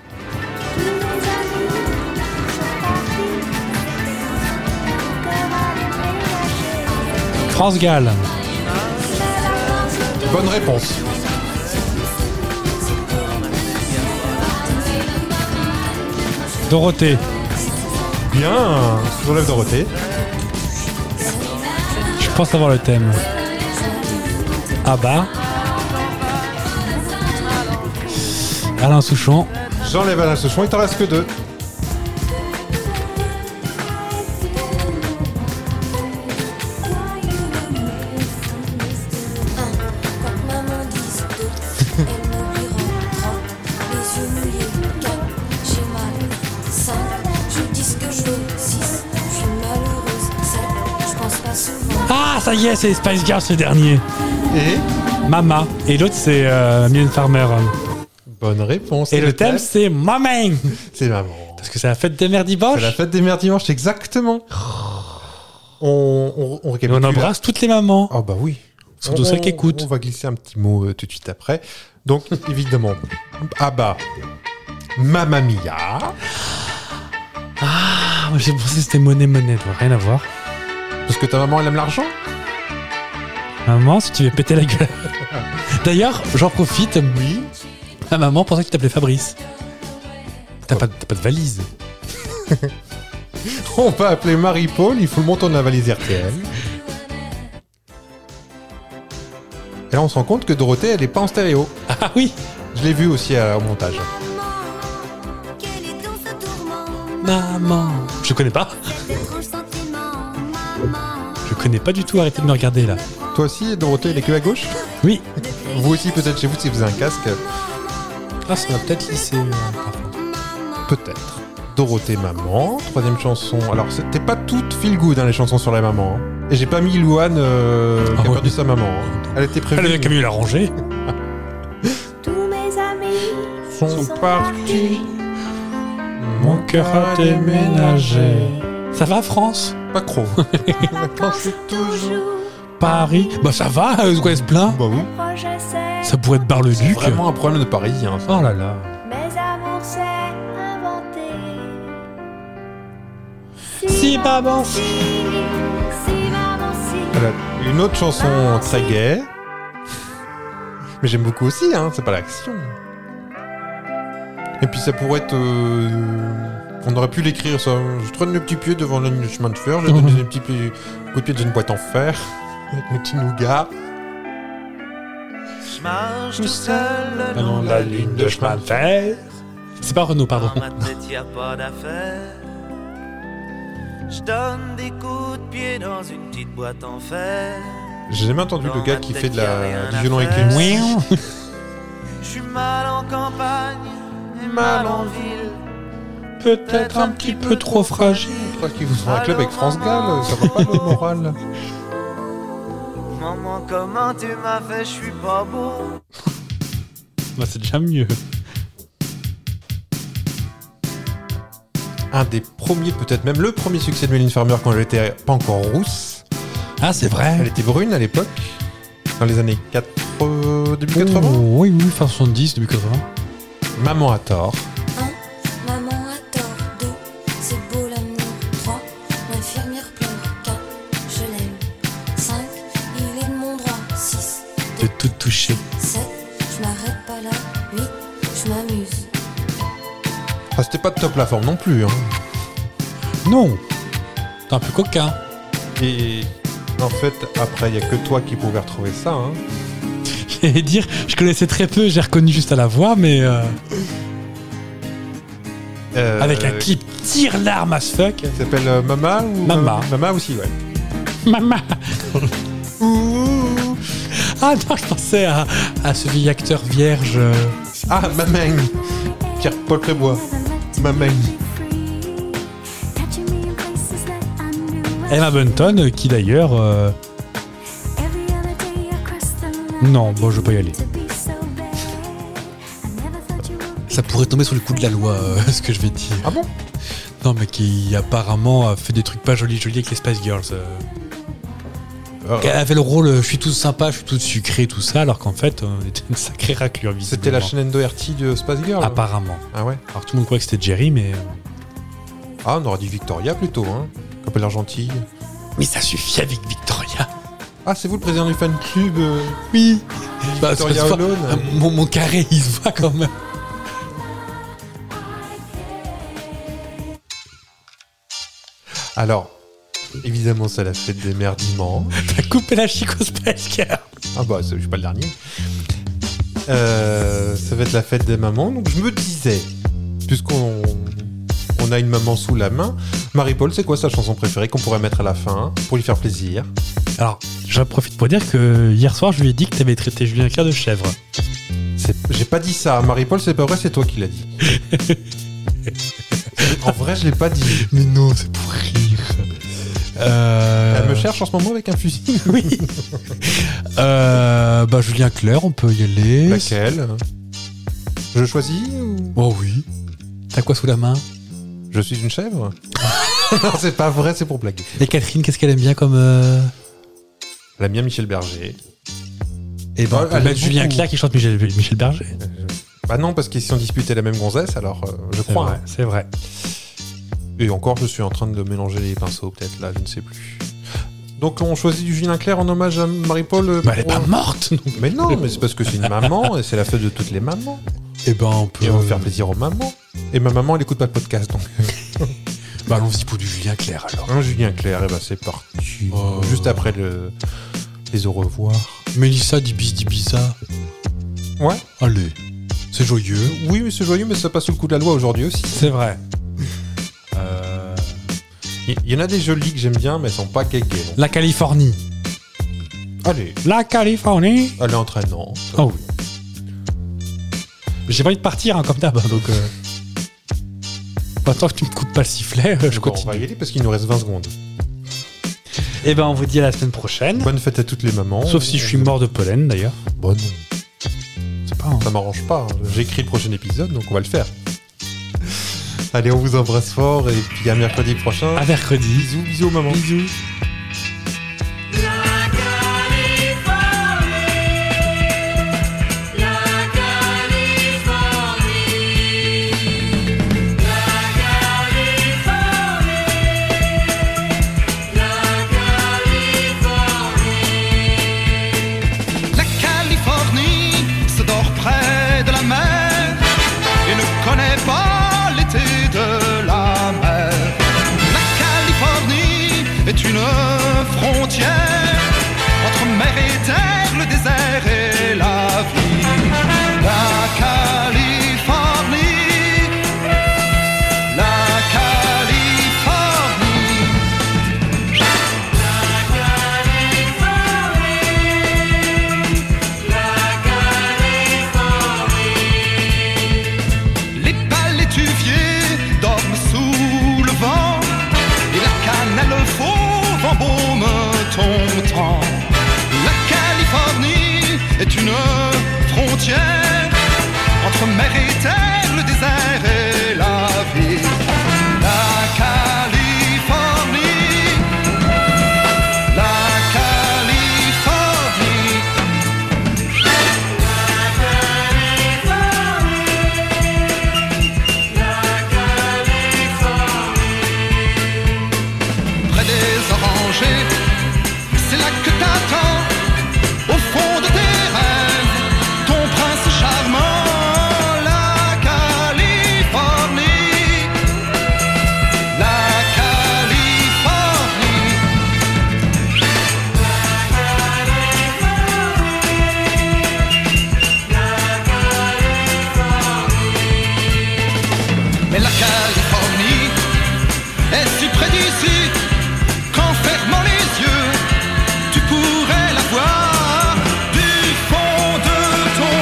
France Gall. Bonne réponse. Dorothée. Bien. J'enlève Dorothée. Je pense avoir le thème. Ah bah. Alain Souchon. J'enlève Alain Souchon, il t'en reste que deux. Ah, ça y est, c'est Spice Girls ce dernier. Et Mama. Et l'autre, c'est euh, Mylène Farmer. bonne réponse. Et le thème, c'est Maman. C'est maman. Parce que c'est la fête des mères dimanche. C'est la fête des mères dimanche, exactement. On, on, on, Et on embrasse toutes les mamans. Oh bah oui. Surtout celles qui écoutent. On va glisser un petit mot euh, tout de suite après. Donc, évidemment, Abba, Mamma Mia. Ah, moi j'ai pensé que c'était monnaie monnaie, ça n'a rien à voir. Parce que ta maman, elle aime l'argent. Maman, si tu veux péter la gueule. D'ailleurs, j'en profite. Oui. Ma maman pensait que tu t'appelais Fabrice. T'as pas, t'as pas de valise. On va appeler Marie-Paul, il faut le montant de la valise R T L. Et là, on se rend compte que Dorothée, elle est pas en stéréo. Ah oui. Je l'ai vu aussi euh, au montage. Maman. Je connais pas. Je connais pas du tout, arrêtez de me regarder là. Toi aussi, Dorothée, elle est que à gauche? Oui. Vous aussi, peut-être chez vous, si vous avez un casque. Ah, ça va peut-être lisser. Euh, peut-être. Dorothée, maman. Troisième chanson. Alors, c'était pas toutes feel good, hein, les chansons sur la maman. Hein. Et j'ai pas mis Louane euh, Ah qui a ouais. perdu sa maman. Hein. Elle était prévue. Elle avait Camille l'a rangée. Tous mes amis Sont partis. Mon cœur a déménagé. Ça va, France? Pas trop. Maintenant, c'est toujours. Paris. Bah ça va, euh, quoi, elle se plaint? Bah oui. Ça pourrait être Bar-le-Duc. Vraiment un problème de Parisien. Oh là là. Mes amours, c'est inventé. Si maman. Si, si maman, si. Elle a une autre chanson très gaie. Mais j'aime beaucoup aussi, hein. C'est pas l'action. Et puis ça pourrait être... euh, On aurait pu l'écrire, ça. Je traîne le petit pied devant la ligne de chemin de fer. Je donne un petit pied, coup de pied dans une boîte en fer. Avec mes petits nougats. Je marche tout seul le Dans long la ligne de chemin de fer. C'est pas Renault, pardon. Dans ma tête, y a pas d'affaire. Je donne des coups de pied dans une petite boîte en fer. J'ai jamais entendu le gars qui fait de la, du violon électrique. Oui. Je suis mal en campagne et mal en ville. Peut-être un petit peu trop fragile. Je crois qu'ils vous font un club avec France Gall, ça va pas le moral. Maman, comment tu m'as fait, je suis pas beau. Bah, c'est déjà mieux. Un des premiers, peut-être même le premier succès de Mylène Farmer quand elle était pas encore rousse. Ah, c'est vrai. Elle était brune à l'époque, dans les années quatre-vingts, début quatre-vingts. Oh, oui, oui, fin soixante-dix, début quatre-vingts. Maman a tort. un. Maman a tort. deux. C'est beau l'amour. trois. L'infirmière pleure. quatre. Je l'aime. cinq. Il est de mon droit. six. De tout toucher. sept. Je m'arrête pas là. huit. Je m'amuse. Ah, c'était pas de top la forme non plus. Hein. Non. T'es un peu coquin. Et en fait, après, il y a que toi qui pouvais retrouver ça. Hein. J'allais dire, je connaissais très peu, j'ai reconnu juste à la voix, mais... Euh... Euh, Avec un clip tire-larme as fuck. Ça s'appelle euh, Mama ou Mama. Euh, Mama aussi, ouais. Mama. Ah non, je pensais à, à ce vieil acteur vierge. euh. Ah, Mameng. Pierre-Paul Prébois. Mameng. Emma Bunton, euh, qui d'ailleurs... euh, Non, bon, je vais pas y aller. Ça pourrait tomber sous le coup de la loi, euh, ce que je vais dire. Ah bon? Non, mais qui apparemment a fait des trucs pas jolis jolis avec les Spice Girls. euh. Ah. Elle avait le rôle, euh, je suis toute sympa, je suis toute sucrée, tout ça, alors qu'en fait, euh, on était une sacrée raclure, C'était la visiblement. Shannon Doherty de Spice Girl. Apparemment. Ah ouais. Alors tout le monde croyait que c'était Jerry, mais... euh, Ah, on aurait dit Victoria plutôt, hein. Comme elle est gentille. Mais ça suffit avec Victoria. Ah, c'est vous le président du fan club euh, Oui. Bah, ça Victoria se voit. Alone. Euh, mon, mon carré, il se voit quand même. Alors, évidemment, c'est la fête des mères dimanche. T'as coupé la chic au Spice Girl. Ah bah, c'est- je suis pas le dernier. Euh, ça va être la fête des mamans. Donc je me disais, puisqu'on on a une maman sous la main, Marie-Paul, c'est quoi sa chanson préférée qu'on pourrait mettre à la fin pour lui faire plaisir? Alors, j'en profite pour dire que hier soir, je lui ai dit que t'avais traité Julien Clerc de chèvre. C'est- J'ai pas dit ça. Marie-Paul, c'est pas vrai, c'est toi qui l'as dit. En vrai, je l'ai pas dit. Mais non, c'est pour rire. Euh... Elle me cherche en ce moment avec un fusil. Oui. euh, bah, Julien Clerc, on peut y aller. Laquelle? Je choisis ou... Oh oui. T'as quoi sous la main? Je suis une chèvre? Non, c'est pas vrai, c'est pour blaguer. Et Catherine, qu'est-ce qu'elle aime bien comme... Euh... Elle aime bien Michel Berger. Et ben, Ouais, on peut elle mettre aime Julien beaucoup. Clerc qui chante Michel, Michel Berger. Euh, Bah non, parce qu'ils si on disputait la même gonzesse, alors euh, je C'est crois. vrai, hein. c'est vrai. Et encore, je suis en train de mélanger les pinceaux, peut-être, là, je ne sais plus. Donc on choisit du Julien Clerc en hommage à Marie-Paul. euh, Bah, elle est pour- pas morte, non. Mais non, mais c'est parce que c'est une maman, et c'est la fête de toutes les mamans. Et ben, on peut... Et on va faire plaisir aux mamans. Et ma maman, elle écoute pas le podcast, donc... Bah, allons-y pour du Julien Clerc, alors. Un Julien Clerc, et bah c'est parti. Oh. Juste après le... les au revoir. Mélissa d'Ibis d'Ibiza. Ouais. Allez. C'est joyeux. Oui, mais c'est joyeux, mais ça passe sous le coup de la loi aujourd'hui aussi. C'est vrai. Euh... Il y en a des jolies que j'aime bien, mais elles sont pas gay. La Californie. Allez, La Californie. elle est entraînante. Oh oui. J'ai pas envie de partir, hein, comme d'hab, hein, donc... Euh... Attends que tu me coupes pas le sifflet, euh, je Donc, on va y continue. aller parce qu'il nous reste vingt secondes. Et ben, on vous dit à la semaine prochaine. Bonne fête à toutes les mamans. Sauf si je suis mort de pollen, d'ailleurs. Bon, non. C'est pas... Hein. Ça m'arrange pas. J'ai écrit le prochain épisode, donc on va le faire. Allez, on vous embrasse fort et puis à mercredi prochain. À mercredi. Bisous, bisous, maman. Bisous. La Californie se dort près de la mer et ne connaît pas l'été de la mer. La Californie est une frontière entre mer et terre, le désert et la vie. La Californie, la Californie, la Californie. embaume ton temps. La Californie est une frontière entre mer et terre, le désert et la vie. La Californie, la Californie, la Californie, la Californie. Près des orangers, c'est là que t'attends, au fond de tes rêves, ton prince charmant. La Californie, la Californie, la Californie. Mais la Californie est si près d'ici qu'en fermant les yeux, tu pourrais la voir du fond de ton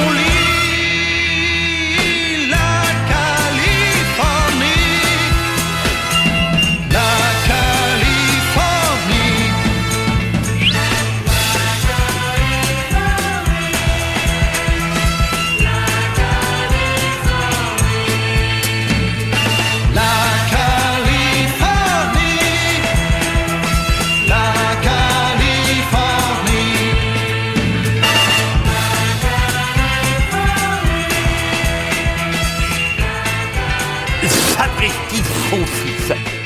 lit. La Californie, la Californie, la Californie, la Californie. Sapristi de son fils.